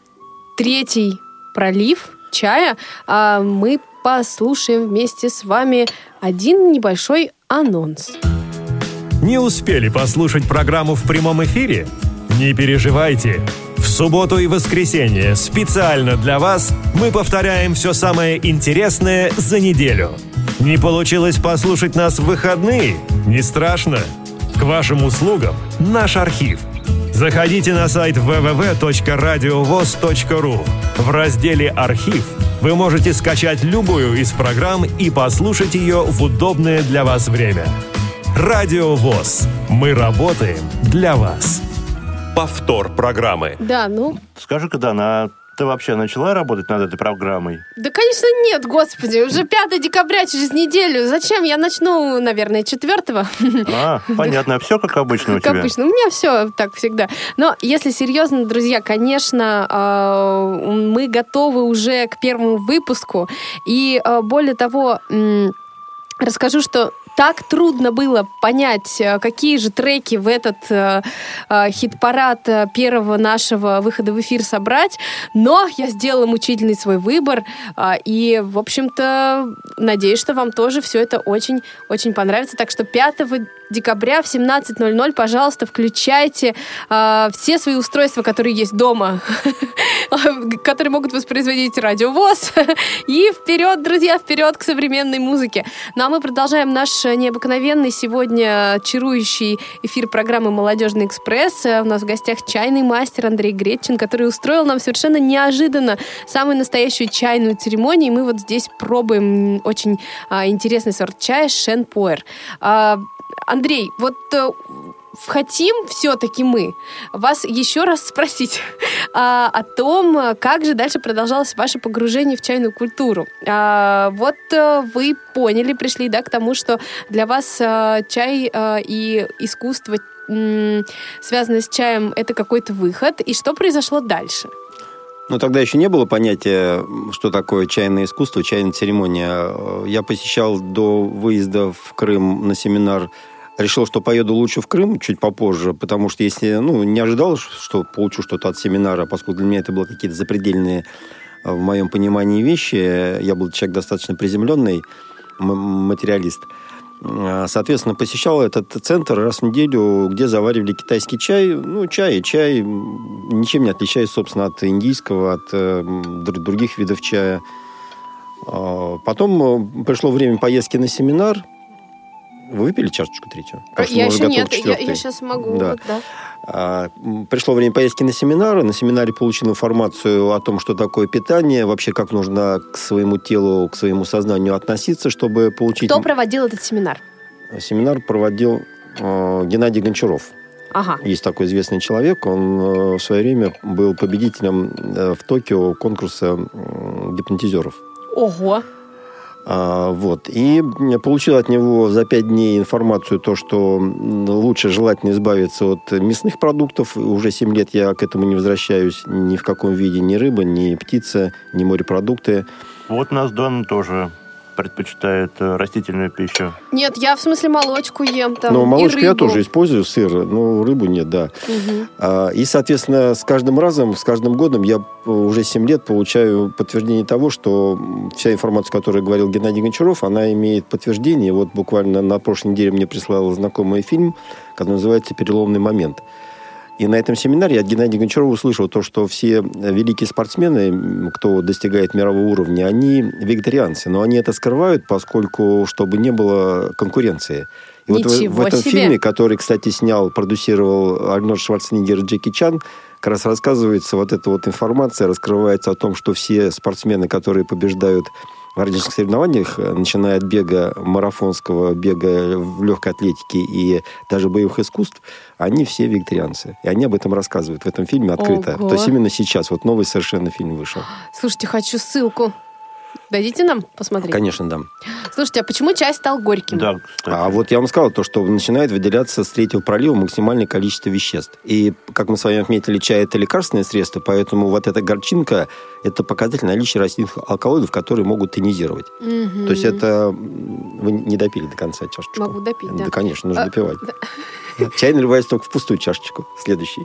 Третий пролив чая, а мы послушаем вместе с вами один небольшой анонс. Не успели послушать программу в прямом эфире? Не переживайте. В субботу и воскресенье специально для вас мы повторяем все самое интересное за неделю. Не получилось послушать нас в выходные? Не страшно. К вашим услугам наш архив. Заходите на сайт дабл ю дабл ю дабл ю точка радиовос точка ру. В разделе «Архив» вы можете скачать любую из программ и послушать ее в удобное для вас время. Радио ВОС. Мы работаем для вас. Повтор программы. Да, ну... Скажи-ка, Дана, ты вообще начала работать над этой программой? Да, конечно, нет, господи. Уже пятого декабря, через неделю. Зачем? Я начну, наверное, четвертого. А, понятно. Все как обычно у тебя? Как обычно. У меня все так всегда. Но, если серьезно, друзья, конечно, мы готовы уже к первому выпуску. И, более того, расскажу, что так трудно было понять, какие же треки в этот э, э, хит-парад первого нашего выхода в эфир собрать, но я сделала мучительный свой выбор, э, и, в общем-то, надеюсь, что вам тоже все это очень-очень понравится. Так что пятого декабря в семнадцать ноль ноль, пожалуйста, включайте э, все свои устройства, которые есть дома, которые могут воспроизводить радиовоз, и вперед, друзья, вперед к современной музыке. Ну а мы продолжаем наш необыкновенный сегодня чарующий эфир программы «Молодежный экспресс». У нас в гостях чайный мастер Андрей Гречин, который устроил нам совершенно неожиданно самую настоящую чайную церемонию. И мы вот здесь пробуем очень а, интересный сорт чая Шэн Пуэр. А, Андрей, вот хотим все-таки мы вас еще раз спросить а, о том, как же дальше продолжалось ваше погружение в чайную культуру. А, вот а, вы поняли, пришли, да, к тому, что для вас а, чай а, и искусство, м, связанное с чаем, это какой-то выход. И что произошло дальше? Ну, тогда еще не было понятия, что такое чайное искусство, чайная церемония. Я посещал до выезда в Крым на семинар, решил, что поеду лучше в Крым чуть попозже, потому что если, ну, не ожидал, что получу что-то от семинара, поскольку для меня это были какие-то запредельные, в моем понимании, вещи. Я был человек достаточно приземленный, материалист. Соответственно, посещал этот центр раз в неделю, где заваривали китайский чай. Ну, чай и чай, ничем не отличаясь, собственно, от индийского, от э, других видов чая. Потом пришло время поездки на семинар. Вы выпили чашечку третью? Кажется, я еще нет, я, я сейчас могу. Да. Вот, да. А, пришло время поездки на семинары. На семинаре получил информацию о том, что такое питание, вообще как нужно к своему телу, к своему сознанию относиться, чтобы получить... Кто проводил этот семинар? Семинар проводил э, Геннадий Гончаров. Ага. Есть такой известный человек. Он э, в свое время был победителем э, в Токио конкурса э, гипнотизеров. Ого! А, вот. И получил от него за пять дней информацию, то, что лучше желательно избавиться от мясных продуктов. Уже семь лет я к этому не возвращаюсь ни в каком виде, ни рыба, ни птица, ни морепродукты. Вот у нас Дон тоже предпочитает растительную пищу. Нет, я в смысле молочку ем там. Но молочку и рыбу. Я тоже использую, сыр, но рыбу нет, да. Угу. А, и, соответственно, с каждым разом, с каждым годом я уже семь лет получаю подтверждение того, что вся информация, которую говорил Геннадий Гончаров, она имеет подтверждение. Вот буквально на прошлой неделе мне прислал знакомый фильм, который называется «Переломный момент». И на этом семинаре я от Геннадия Гончарова услышал то, что все великие спортсмены, кто достигает мирового уровня, они вегетарианцы. Но они это скрывают, поскольку, чтобы не было конкуренции. И вот в, в этом себе. фильме, который, кстати, снял, продюсировал Арнольд Шварценеггер и Джеки Чан, как раз рассказывается вот эта вот информация, раскрывается о том, что все спортсмены, которые побеждают в различных соревнованиях, начиная от бега, марафонского бега в легкой атлетике и даже боевых искусств, они все вегетарианцы. И они об этом рассказывают в этом фильме открыто. Ого. То есть именно сейчас, вот новый совершенно фильм вышел. Слушайте, хочу ссылку. Дадите нам посмотреть? Конечно, дам. Слушайте, а почему чай стал горьким? Да, кстати. А вот я вам сказал, то, что начинает выделяться с третьего пролива максимальное количество веществ. И, как мы с вами отметили, чай – это лекарственное средство, поэтому вот эта горчинка – это показатель наличия растительных алкалоидов, которые могут тонизировать. Угу. То есть это... Вы не допили до конца чашечку? Могу допить, да. Да, конечно, нужно а, допивать. Да. Чай наливается только в пустую чашечку. Следующий.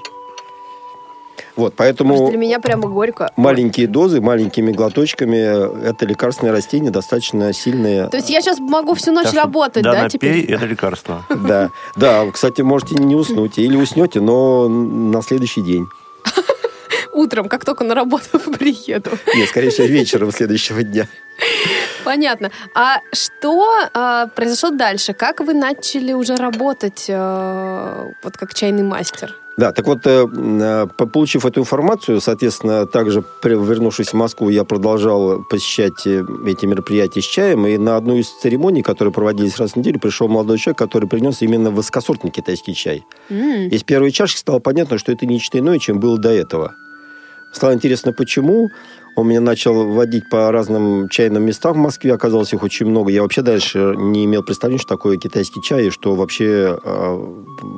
Вот, поэтому Может, для меня прямо горько. маленькие дозы, маленькими глоточками, это лекарственное растение, достаточно сильное. То есть я сейчас могу всю ночь Так, работать, да, да, напей, теперь? это лекарство. Да, да, кстати, можете не уснуть. Или уснете, но на следующий день. Утром, как только на работу приеду. Нет, скорее всего, вечером следующего дня. Понятно. А что э, произошло дальше? Как вы начали уже работать э, вот как чайный мастер? Да, так вот, э, получив эту информацию, соответственно, также вернувшись в Москву, я продолжал посещать эти мероприятия с чаем, и на одну из церемоний, которые проводились раз в неделю, пришел молодой человек, который принес именно высокосортный китайский чай. Mm. И с первой чашки стало понятно, что это не нечто иное, чем было до этого. Стало интересно, почему. Он меня начал водить по разным чайным местам в Москве. Оказалось, их очень много. Я вообще дальше не имел представления, что такое китайский чай, и что вообще э,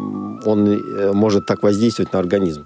он может так воздействовать на организм.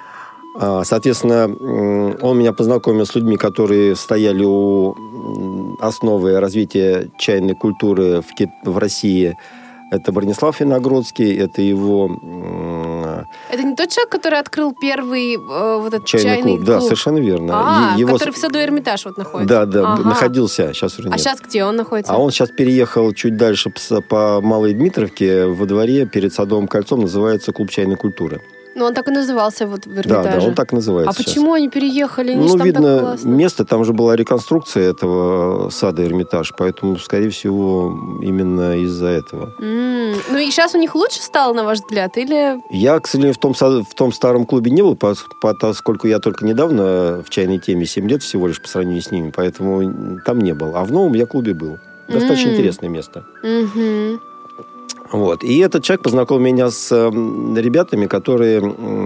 Mm-hmm. Соответственно, он меня познакомил с людьми, которые стояли у основы развития чайной культуры в, Ки- в России. Это Бронислав Виногродский, это его... Это не тот человек, который открыл первый э, вот этот чайный, чайный клуб. клуб? Да, совершенно верно. А, его... который в саду Эрмитаж вот находится? Да, да, ага. находился, сейчас уже нет. А сейчас где он находится? А он сейчас переехал чуть дальше по Малой Дмитровке, во дворе перед Садовым кольцом, называется клуб чайной культуры. Ну, он так и назывался вот в Эрмитаже. Да, да, он так называется. А сейчас. Почему они переехали? Они ну, там видно, так классно. место, там же была реконструкция этого сада Эрмитаж, поэтому, скорее всего, именно из-за этого. Mm. Ну, и сейчас у них лучше стало, на ваш взгляд, или... Я, к сожалению, в том, в том старом клубе не был, поскольку я только недавно в чайной теме, семь лет всего лишь по сравнению с ними, поэтому там не был. А в новом я клубе был. Достаточно mm. интересное место. Mm-hmm. Вот. И этот человек познакомил меня с ребятами, которые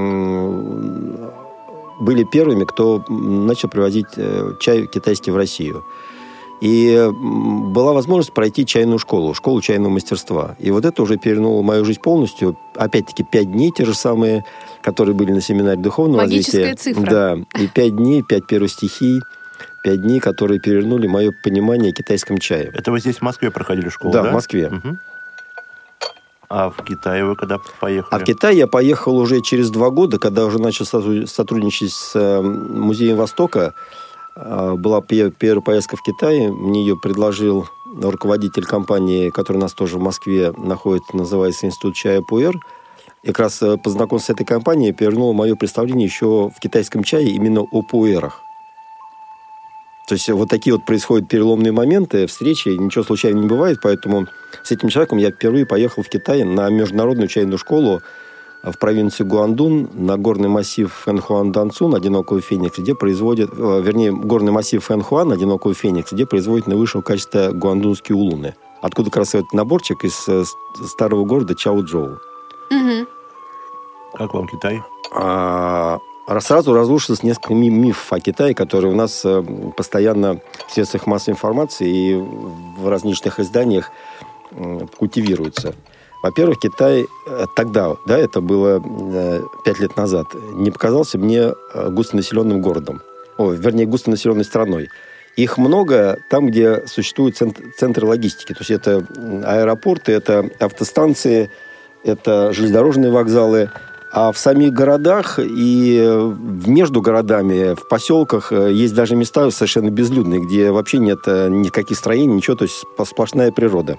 были первыми, кто начал привозить чай китайский в Россию. И была возможность пройти чайную школу, школу чайного мастерства. И вот это уже перевернуло мою жизнь полностью. Опять-таки, пять дней те же самые, которые были на семинаре духовного Магическая развития. цифра. Да. И пять дней, пять первых стихий, пять дней, которые перевернули мое понимание о китайском чае. Это вы здесь в Москве проходили школу, да? Да, в Москве. Угу. А в Китай вы когда поехали? А в Китай я поехал уже через два года, когда уже начал сотрудничать с Музеем Востока. Была первая поездка в Китай. Мне ее предложил руководитель компании, которая у нас тоже в Москве находится, называется Институт чая Пуэр. И как раз познакомился с этой компанией, перевернул мое представление еще в китайском чае именно о пуэрах. То есть вот такие вот происходят переломные моменты, встречи, ничего случайно не бывает, поэтому с этим человеком я впервые поехал в Китай на международную чайную школу в провинцию Гуандун, на горный массив Фэнхуан-Данцун, одинокого феникс, где производят, вернее, горный массив Фэнхуан, одинокого феникс, где производят наивысшего качества гуандунские улуны. Откуда как раз этот наборчик из старого города Чаоджоу. Угу. Как вам Китай? А... Сразу разрушилось несколько мифов о Китае, которые у нас постоянно в средствах массовой информации и в различных изданиях культивируются. Во-первых, Китай тогда, да, это было пять лет назад, не показался мне густонаселенным городом. О, вернее, густонаселенной страной. Их много там, где существуют центры логистики. То есть это аэропорты, это автостанции, это железнодорожные вокзалы. А в самих городах и между городами, в поселках есть даже места совершенно безлюдные, где вообще нет никаких строений, ничего, то есть сплошная природа.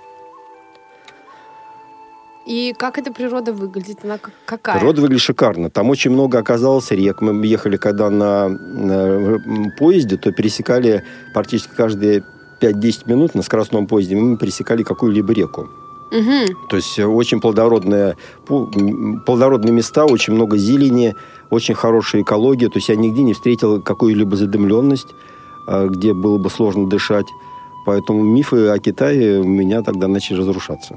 И как эта природа выглядит? Она какая? Природа выглядит шикарно. Там очень много оказалось рек. Мы ехали, когда на, на поезде, то пересекали практически каждые пять-десять минут на скоростном поезде, мы пересекали какую-либо реку. Угу. То есть очень плодородные, плодородные места, очень много зелени, очень хорошая экология. То есть я нигде не встретил какую-либо задымленность, где было бы сложно дышать. Поэтому мифы о Китае у меня тогда начали разрушаться.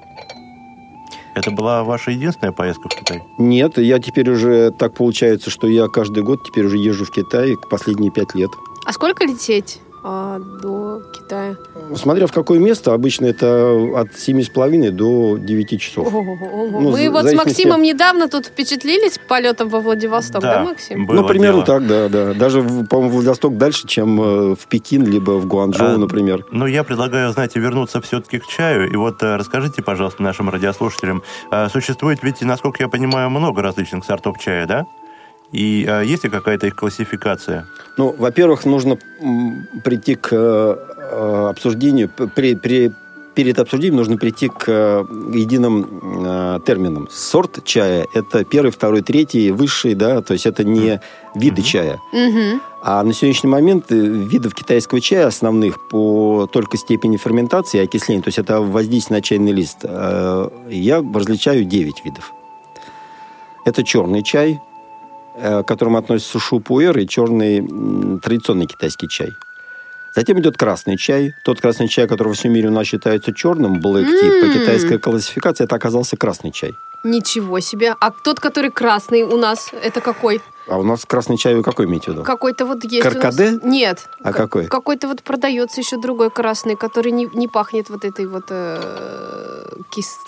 Это была ваша единственная поездка в Китай? Нет, я теперь уже, так получается, что я каждый год теперь уже езжу в Китай последние пять лет. А сколько лететь а, до Китая? Смотря в какое место, обычно это от семи с половиной до девяти часов. Ну, мы вот с Максимом недавно тут впечатлились полетом во Владивосток, да, да Максим? Ну, примерно дело. так, да, да. Даже, по-моему, Владивосток дальше, чем в Пекин, либо в Гуанчжоу, а, например. Ну, я предлагаю, знаете, вернуться все-таки к чаю. И вот расскажите, пожалуйста, нашим радиослушателям, существует ведь, насколько я понимаю, много различных сортов чая, да? И а, есть ли какая-то их классификация? Ну, во-первых, нужно прийти к э, обсуждению, при, при, перед обсуждением нужно прийти к э, единым э, терминам. Сорт чая – это первый, второй, третий, высший, да, то есть это не виды mm-hmm. чая. Mm-hmm. А на сегодняшний момент видов китайского чая основных по только степени ферментации и окисления, то есть это воздействие на чайный лист, э, я различаю девять видов. Это черный чай, к которому относятся шу-пуэр и черный традиционный китайский чай. Затем идет красный чай. Тот красный чай, который во всем мире у нас считается черным, black tea, mm. по китайской классификации, это оказался красный чай. Ничего себе. А тот, который красный у нас, это какой? А у нас красный чай вы какой имеете в виду? Какой-то вот есть Каркаде? у нас... Нет. А К- какой? Какой-то вот продается еще другой красный, который не, не пахнет вот этой вот э- кислой.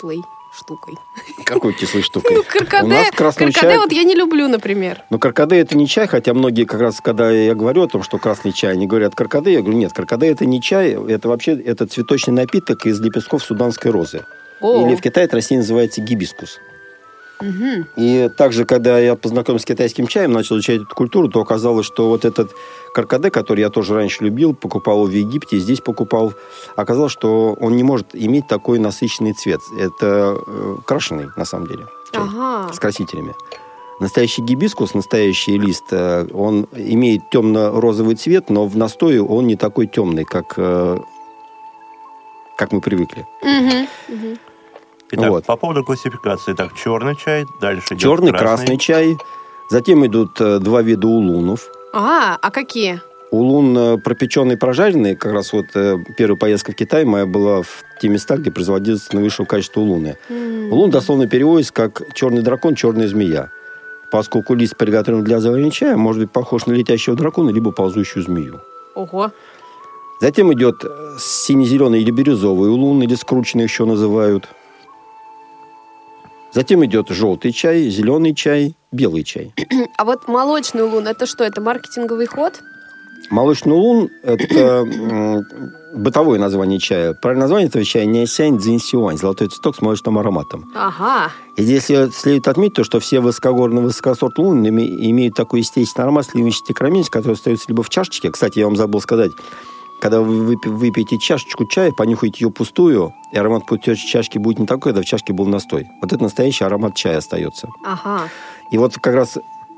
штукой. Какой кислой штукой? Ну, каркаде, каркаде чай... вот я не люблю, например. Ну, каркаде это не чай, хотя многие как раз, когда я говорю о том, что красный чай, они говорят каркаде, я говорю, нет, каркаде это не чай, это вообще это цветочный напиток из лепестков суданской розы. О. Или в Китае это растение называется гибискус. Угу. И также, когда я познакомился с китайским чаем, начал изучать эту культуру, то оказалось, что вот этот каркаде, который я тоже раньше любил, покупал в Египте, здесь покупал, оказалось, что он не может иметь такой насыщенный цвет. Это э, крашеный, на самом деле, чай, ага. с красителями. Настоящий гибискус, настоящий лист, э, он имеет темно-розовый цвет, но в настое он не такой темный, как, э, как мы привыкли. Угу. Угу. Итак, вот. По поводу классификации. Так, черный чай, дальше идет черный, красный. красный чай. Затем идут э, два вида улунов. А, а какие? Улун э, пропеченный, прожаренный. Как раз вот э, первая поездка в Китай моя была в те места, где производится наивысшего качества улуны. Mm. Улун дословно переводится как черный дракон, черная змея. Поскольку лист приготовлен для заваривания чая, может быть похож на летящего дракона, либо ползущую змею. Ого. Затем идет сине-зеленый или бирюзовый улун, или скрученный еще называют. Затем идет желтый чай, зеленый чай, белый чай. А вот молочный улун, это что, это маркетинговый ход? Молочный улун – это бытовое название чая. Правильное название этого чая – Нясянь Цзиньсюань, золотой цветок с молочным ароматом. Ага. И здесь следует отметить то, что все высокогорные высокосорт улун имеют такой естественный аромат сливочной карамели, который остается либо в чашечке. Кстати, я вам забыл сказать, когда вы выпьете чашечку чая, понюхаете ее пустую, и аромат в чашке будет не такой, когда в чашке был настой. Вот это настоящий аромат чая остается. Ага. И вот как раз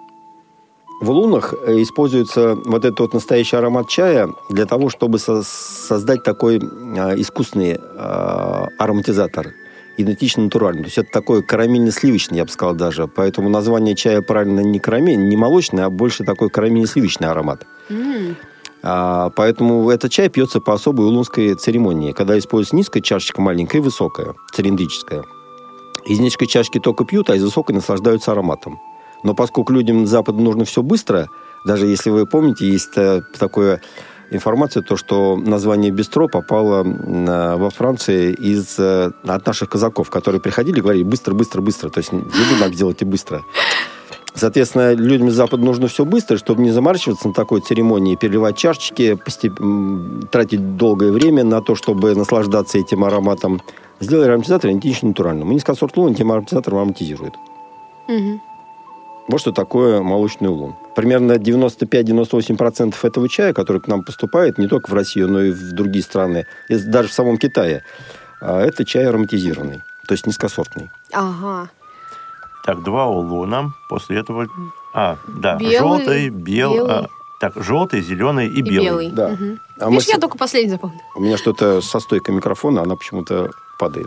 в улунах используется вот этот вот настоящий аромат чая для того, чтобы со- создать такой э, искусственный э, ароматизатор, идентично натуральный. То есть это такой карамельно-сливочный, я бы сказал даже. Поэтому название чая правильно не карамель, не молочный, а больше такой карамельно-сливочный аромат. Mm. А, поэтому этот чай пьется по особой улунской церемонии, когда используется низкая чашечка, маленькая и высокая, цилиндрическая. Из низкой чашки только пьют, а из высокой наслаждаются ароматом. Но поскольку людям с Запада нужно все быстро, даже если вы помните, есть такая информация, то, что название бистро попало во Франции из, от наших казаков, которые приходили и говорили быстро, быстро, быстро. То есть еду надо делать и быстро. Соответственно, людям с Запада нужно все быстро, чтобы не заморачиваться на такой церемонии, переливать чашечки, постеп... тратить долгое время на то, чтобы наслаждаться этим ароматом. Сделали ароматизатор идентично натуральному. Низкосорт улун этим ароматизатором ароматизирует. Угу. Вот что такое молочный улун. Примерно девяносто пять - девяносто восемь процентов этого чая, который к нам поступает, не только в Россию, но и в другие страны, даже в самом Китае, это чай ароматизированный, то есть низкосортный. Ага. Так, два улуна. После этого... А, да, белый, желтый, белый... белый. А, так, желтый, зеленый и, и белый. белый. Да. Угу. А Видишь, мы... я только последний запомнил. У меня что-то со стойкой микрофона, она почему-то падает.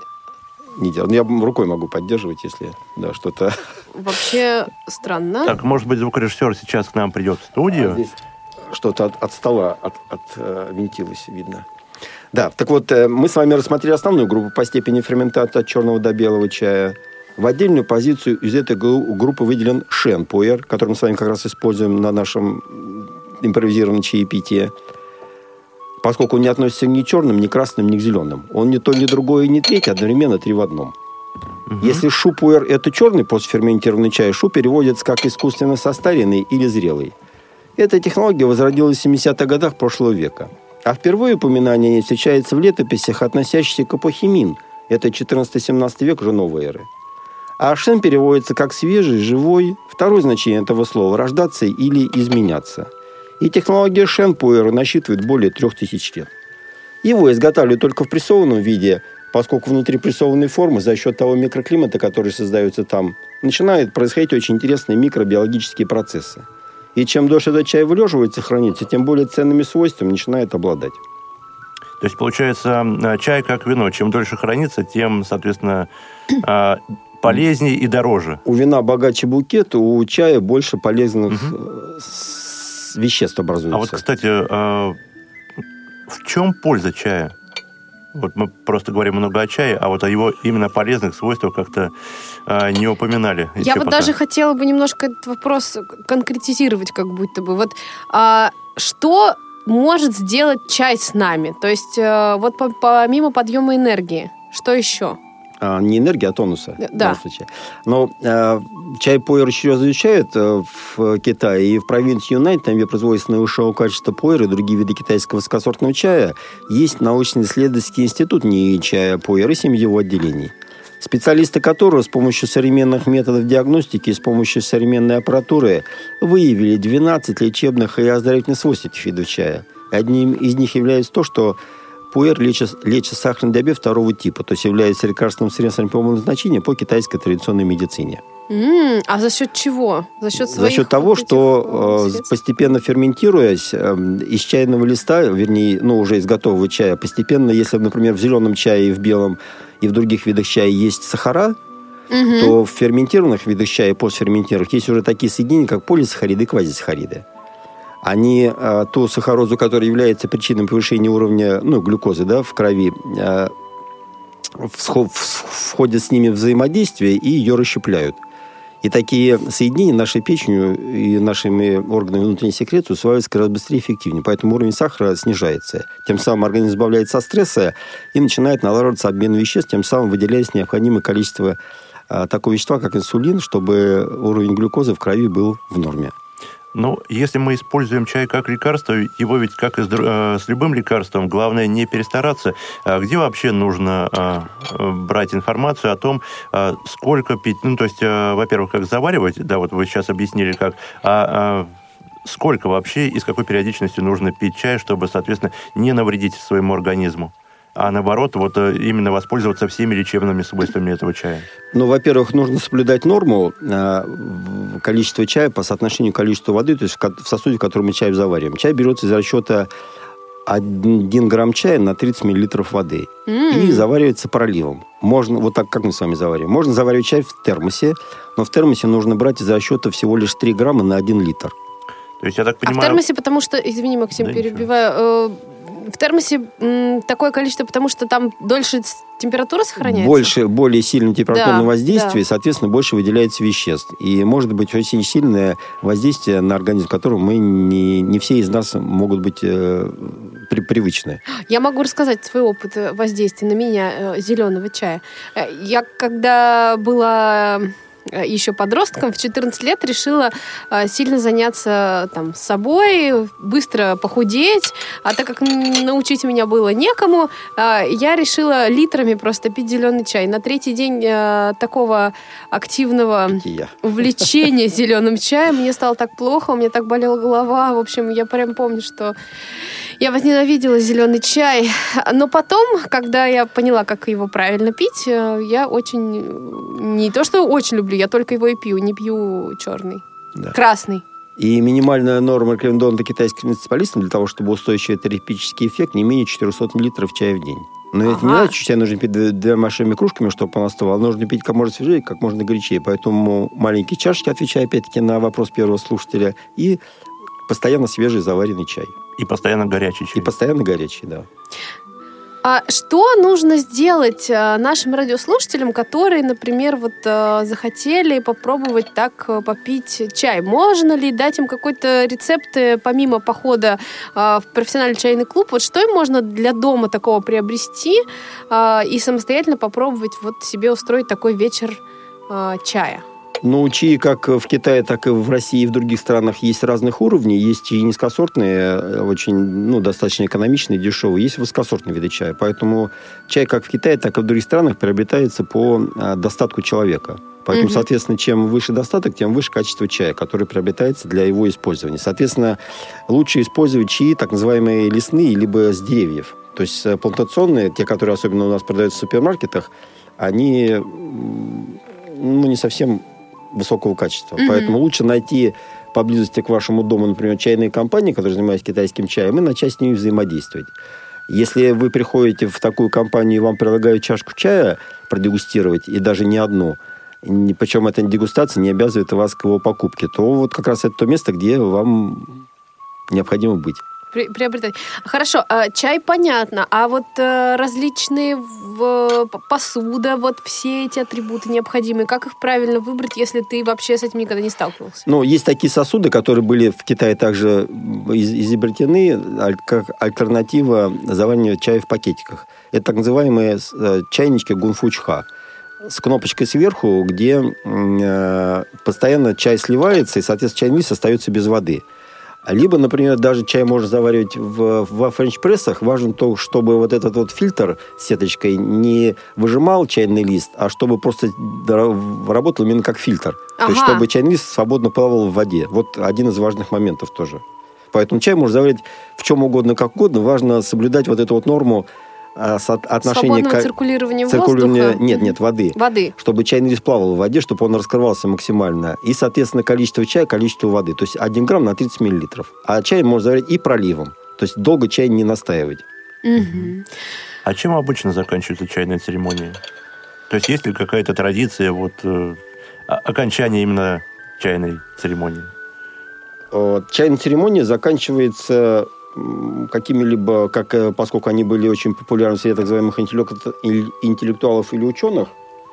Не делаю. Я рукой могу поддерживать, если да, что-то... Вообще странно. Так, может быть, звукорежиссер сейчас к нам придет в студию. А здесь что-то от, от стола от, от, э, винтилось, видно. Да, так вот, э, мы с вами рассмотрели основную группу по степени ферментации от черного до белого чая. В отдельную позицию из этой группы выделен шен-пуэр, который мы с вами как раз используем на нашем импровизированном чаепитии. Поскольку он не относится ни к черным, ни к красным, ни к зеленым. Он не то, ни другое, ни третье, одновременно три в одном. Угу. Если шу-пуэр – это черный постферментированный чай, шу переводится как искусственно состаренный или зрелый. Эта технология возродилась в семидесятых годах прошлого века. А впервые упоминание о ней встречается в летописях, относящихся к эпохе Мин. Это четырнадцатый-семнадцатый век уже новой эры. А шен переводится как свежий, живой. Второе значение этого слова – рождаться или изменяться. И технология шен-пуэра насчитывает более трех тысяч лет. Его изготавливают только в прессованном виде, поскольку внутри прессованной формы за счет того микроклимата, который создается там, начинают происходить очень интересные микробиологические процессы. И чем дольше этот чай вылеживается, хранится, тем более ценными свойствами начинает обладать. То есть, получается, чай как вино. Чем дольше хранится, тем, соответственно, полезнее и дороже. У вина богаче букет, у чая больше полезных угу. веществ образуется. А вот, кстати, в чем польза чая? Вот мы просто говорим много о чае, а вот о его именно полезных свойствах как-то не упоминали. Я вот пока. даже хотела бы немножко этот вопрос конкретизировать, как будто бы. Вот а, что может сделать чай с нами? То есть вот помимо подъема энергии, что еще? А, не энергии, а тонуса. Да. Но э, чай пуэр серьезно изучают э, в Китае. И в провинции Юнань, там, где производится наивысшего качества пуэр и другие виды китайского высокосортного чая, есть научно-исследовательский институт НИИ чая пуэр и семь его отделений. Специалисты которого с помощью современных методов диагностики и с помощью современной аппаратуры выявили двенадцать лечебных и оздоровительных свойств этих видов чая. Одним из них является то, что пуэр лечит, лечит сахарный диабет второго типа, то есть является лекарственным средством прямого назначения по китайской традиционной медицине. Mm, а за счет чего? За счет, своих за счет того, вот что средств? Постепенно ферментируясь, из чайного листа, вернее, ну, уже из готового чая, постепенно, если, например, в зеленом чае и в белом, и в других видах чая есть сахара, mm-hmm. то в ферментированных видах чая и постферментированных есть уже такие соединения, как полисахариды и квазисахариды. Они ту сахарозу, которая является причиной повышения уровня, ну, глюкозы, да, в крови, входят с ними в взаимодействие и ее расщепляют. И такие соединения нашей печенью и нашими органами внутренней секреции усваиваются гораздо быстрее и эффективнее. Поэтому уровень сахара снижается. Тем самым организм избавляется от стресса и начинает налаживаться обмен веществ, тем самым выделяясь необходимое количество а, такого вещества, как инсулин, чтобы уровень глюкозы в крови был в норме. Ну, если мы используем чай как лекарство, его ведь, как и с, э, с любым лекарством, главное не перестараться. А где вообще нужно э, брать информацию о том, э, сколько пить? Ну, то есть, э, во-первых, как заваривать, да, вот вы сейчас объяснили, как, а э, сколько вообще и с какой периодичностью нужно пить чай, чтобы, соответственно, не навредить своему организму? А наоборот, вот именно воспользоваться всеми лечебными свойствами этого чая? Ну, во-первых, нужно соблюдать норму э, количества чая по соотношению к количеству воды, то есть в сосуде, в котором мы чай завариваем. Чай берется из расчета один грамм чая на тридцать миллилитров воды. Mm. И заваривается проливом. Можно, вот так, как мы с вами завариваем. Можно заваривать чай в термосе, но в термосе нужно брать из расчета всего лишь три грамма на один литр. То есть, я так понимаю... А в термосе, потому что, извини, Максим, да, перебиваю, э, в термосе м, такое количество, потому что там дольше температура сохраняется? Больше, более сильное температурное да, воздействие, да. соответственно, больше выделяется веществ. И может быть очень сильное воздействие на организм, которому мы не, не все из нас могут быть э, при, привычны. Я могу рассказать свой опыт воздействия на меня э, зеленого чая. Я когда была... еще подростком, в четырнадцать лет решила э, сильно заняться там, собой, быстро похудеть. А так как научить меня было некому, э, я решила литрами просто пить зеленый чай. На третий день э, такого активного Питья. увлечения зеленым чаем мне стало так плохо, у меня так болела голова. В общем, я прям помню, что я возненавидела зеленый чай. Но потом, когда я поняла, как его правильно пить, я очень... Не то, что очень люблю, я только его и пью, не пью черный. Да. Красный. И минимальная норма, рекомендована китайским специалистам для того, чтобы устойчивый терапевтический эффект, не менее четыреста миллилитров чая в день. Но ага. это не значит, что чай нужно пить двумя большими кружками, чтобы он остывал. Нужно пить как можно свежее, как можно горячее. Поэтому маленькие чашечки, отвечая опять-таки на вопрос первого слушателя, и постоянно свежий заваренный чай. И постоянно горячий чай. И постоянно горячий, да. А что нужно сделать нашим радиослушателям, которые, например, вот захотели попробовать так попить чай? Можно ли дать им какой-то рецепт, помимо похода в профессиональный чайный клуб? Вот что им можно для дома такого приобрести и самостоятельно попробовать вот себе устроить такой вечер чая? Ну, чаи как в Китае, так и в России и в других странах есть разных уровней. Есть чаи низкосортные, очень, ну, достаточно экономичные, дешевые. Есть высокосортные виды чая. Поэтому чай как в Китае, так и в других странах приобретается по а, достатку человека. Поэтому, mm-hmm. соответственно, чем выше достаток, тем выше качество чая, который приобретается для его использования. Соответственно, лучше использовать чаи, так называемые лесные, либо с деревьев. То есть плантационные, те, которые особенно у нас продаются в супермаркетах, они, ну, не совсем высокого качества. Mm-hmm. Поэтому лучше найти поблизости к вашему дому, например, чайные компании, которые занимаются китайским чаем, и начать с ними взаимодействовать. Если вы приходите в такую компанию, и вам предлагают чашку чая продегустировать, и даже не одну, причем эта дегустация не обязывает вас к его покупке, то вот как раз это то место, где вам необходимо быть. При, приобретать. Хорошо, чай понятно, а вот различные в, посуда, вот все эти атрибуты необходимые, как их правильно выбрать, если ты вообще с этим никогда не сталкивался? Ну, есть такие сосуды, которые были в Китае также изобретены как альтернатива завариванию чая в пакетиках. Это так называемые чайнички гунфучха. с кнопочкой сверху, где э, постоянно чай сливается, и, соответственно, чайный лист остается без воды. Либо, например, даже чай можно заваривать в, во френч-прессах. Важно то, чтобы вот этот вот фильтр с сеточкой не выжимал чайный лист, а чтобы просто работал именно как фильтр. Ага. То есть, чтобы чайный лист свободно плавал в воде. Вот один из важных моментов тоже. Поэтому чай можно заварить в чем угодно, как угодно. Важно соблюдать вот эту вот норму отношения... Свободного к... циркулирования циркулирования... воздуха? Нет, нет, воды. Воды. Чтобы чайный лист плавал в воде, чтобы он раскрывался максимально. И, соответственно, количество чая, количество воды. То есть один грамм на тридцать миллилитров. А чай можно заварить и проливом. То есть долго чай не настаивать. Угу. А чем обычно заканчивается чайная церемония? То есть есть ли какая-то традиция вот, э, окончания именно чайной церемонии? Чайная церемония заканчивается какими-либо, как, поскольку они были очень популярны среди так называемых интеллектуалов или ученых,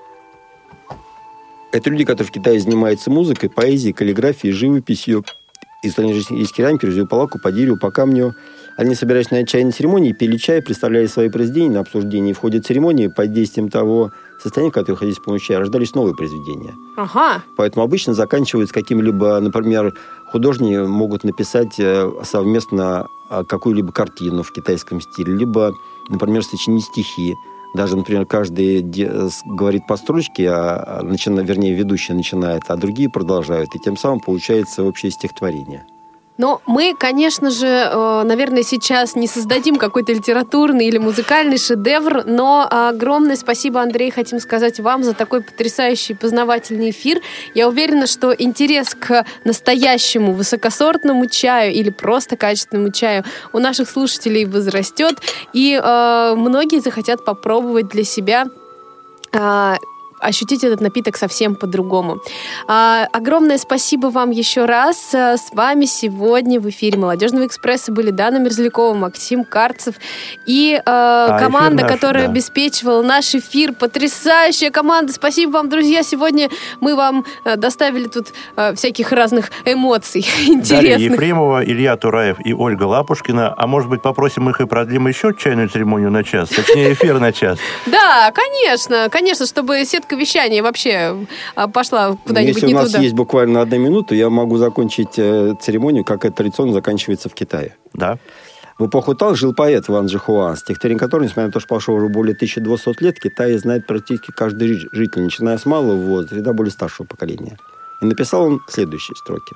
это люди, которые в Китае занимаются музыкой, поэзией, каллиграфией, живописью, из керамики, резьбой по лаку, по дереву, по камню. Они собирались на чайной церемонии, пили чай, представляли свои произведения на обсуждение. И в ходе церемонии, под действием того состояния, в которое находились с помощью чая, рождались новые произведения. Ага. Поэтому обычно заканчиваются каким-либо, например, художники могут написать совместно какую-либо картину в китайском стиле, либо, например, сочинить стихи. Даже, например, каждый говорит по строчке, а, начина, вернее, ведущий начинает, а другие продолжают. И тем самым получается общее стихотворение. Но мы, конечно же, наверное, сейчас не создадим какой-то литературный или музыкальный шедевр, но огромное спасибо, Андрей, хотим сказать вам за такой потрясающий познавательный эфир. Я уверена, что интерес к настоящему высокосортному чаю или просто качественному чаю у наших слушателей возрастет, и э, многие захотят попробовать для себя э, ощутить этот напиток совсем по-другому. А, огромное спасибо вам еще раз. С вами сегодня в эфире «Молодежного экспресса» были Дана Мерзлякова, Максим Карцев и э, а, команда, наш, которая да. обеспечивала наш эфир. Потрясающая команда. Спасибо вам, друзья. Сегодня мы вам э, доставили тут э, всяких разных эмоций интересных. Дарья Ефремова, Илья Тураев и Ольга Лапушкина. А может быть, попросим их и продлим еще чайную церемонию на час? Точнее, эфир на час. Да, конечно. Конечно, чтобы сетка вещание вообще пошла куда-нибудь Если не туда. Если у нас есть буквально одна минута, я могу закончить э, церемонию, как это традиционно заканчивается в Китае. Да. В эпоху Тан жил поэт Ван Джихуа, стихотворение которого, несмотря на то, что прошло уже более тысячи двухсот лет, в Китае знает практически каждый житель, начиная с малого возраста и до более старшего поколения. И написал он следующие строки.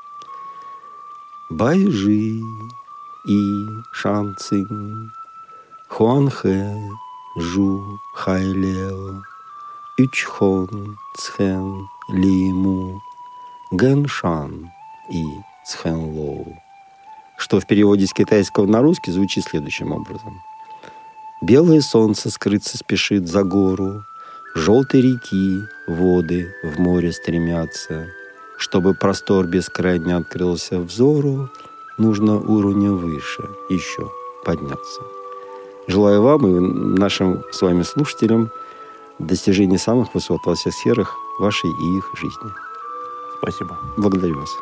Байжи и шанцин, хуанхэ жу хайлео, Ючхон, Цхэн, Лиму, Гэншан и Цхэнлоу. Что в переводе с китайского на русский звучит следующим образом. Белое солнце скрыться спешит за гору, желтой реки воды в море стремятся. Чтобы простор бескрайний открылся взору, нужно уровня выше еще подняться. Желаю вам и нашим с вами слушателям достижение самых высот во всех сферах вашей и их жизни. Спасибо. Благодарю вас.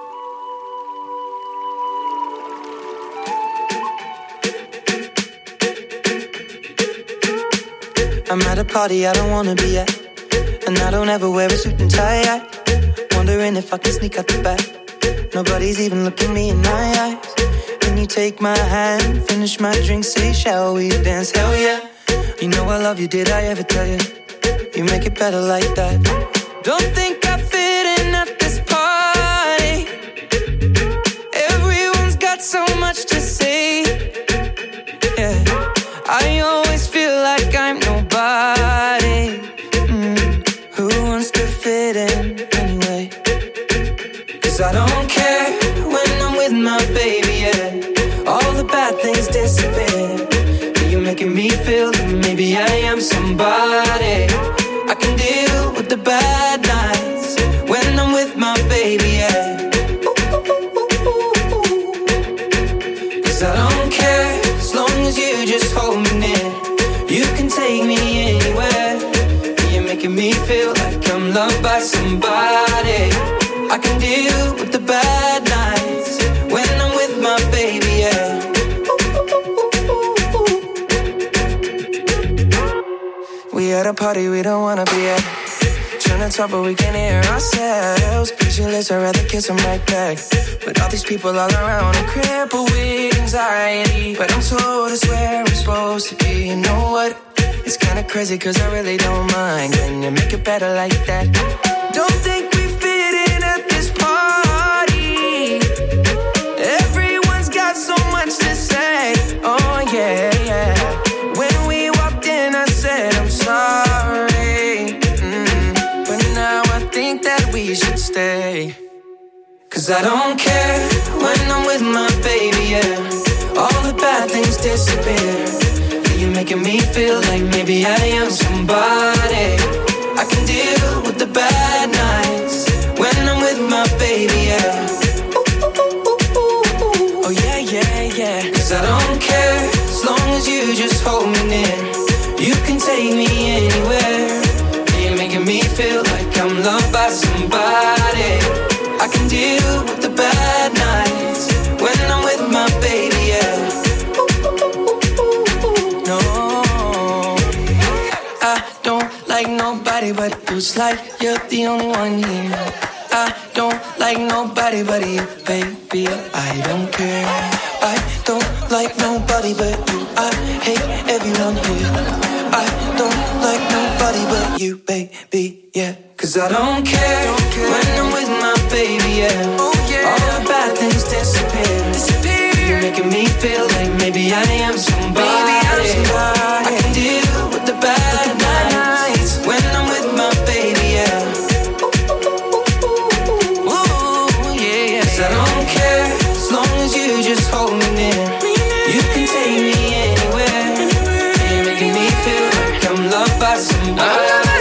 I'm at a party I don't wanna be at, and I don't ever wear a suit and tie. I wondering if I can sneak out the back. Nobody's even looking me in my eyes. When you take my hand, finish my drink, say shall we dance? Hell yeah. You know I love you, did I ever tell you? You make it better like that. Don't think I fit in at this party. Everyone's got so much to say. Yeah, I always feel like I'm nobody. Mm. Who wants to fit in anyway? Cause I don't care when I'm with my baby, yeah. All the bad things disappear. You're making me feel that maybe I am somebody. I can deal with the bad nights when I'm with my baby, yeah. Cause I don't care as long as you just hold me near. You can take me anywhere. You're making me feel like I'm loved by somebody. I can deal with the bad nights when I'm with my baby, yeah. We at a party we don't wanna be at. Trying to talk but we can't hear ourselves. Pictureless, I'd rather kiss them right back. But all these people all around, I'm crippled with anxiety. But I'm told it's where I'm supposed to be. You know what? It's kinda crazy cause I really don't mind. Can you make it better like that? Don't think we fit in at this party. Everyone's got so much to say. Oh yeah, yeah. When we walked in I said I'm sorry, mm. But now I think that we should stay. Cause I don't care when I'm with my baby, yeah. All the bad things disappear. You're making me feel like maybe I am somebody. I can deal with the bad nights when I'm with my baby, yeah. Oh yeah, yeah, yeah. Cause I don't care as long as you just hold me near. You can take me anywhere. You're making me feel like I'm loved by somebody. I can deal with the bad nights when I'm with my baby, yeah. Nobody but you, it's like you're the only one here. I don't like nobody but you, baby. I don't care. I don't like nobody but you. I hate everyone here. I don't like nobody but you, baby, yeah. Cause I don't care, don't care. When I'm with my baby, yeah. Oh, yeah. All the bad things disappear. disappear. You're making me feel like maybe I am somebody. Maybe I'm somebody. I can deal with the bad with the nights when I'm with my baby, yeah. Ooh, yeah, yeah. 'Cause I don't care as long as you just hold me near. You can take me anywhere. You're making me feel like I'm loved by somebody.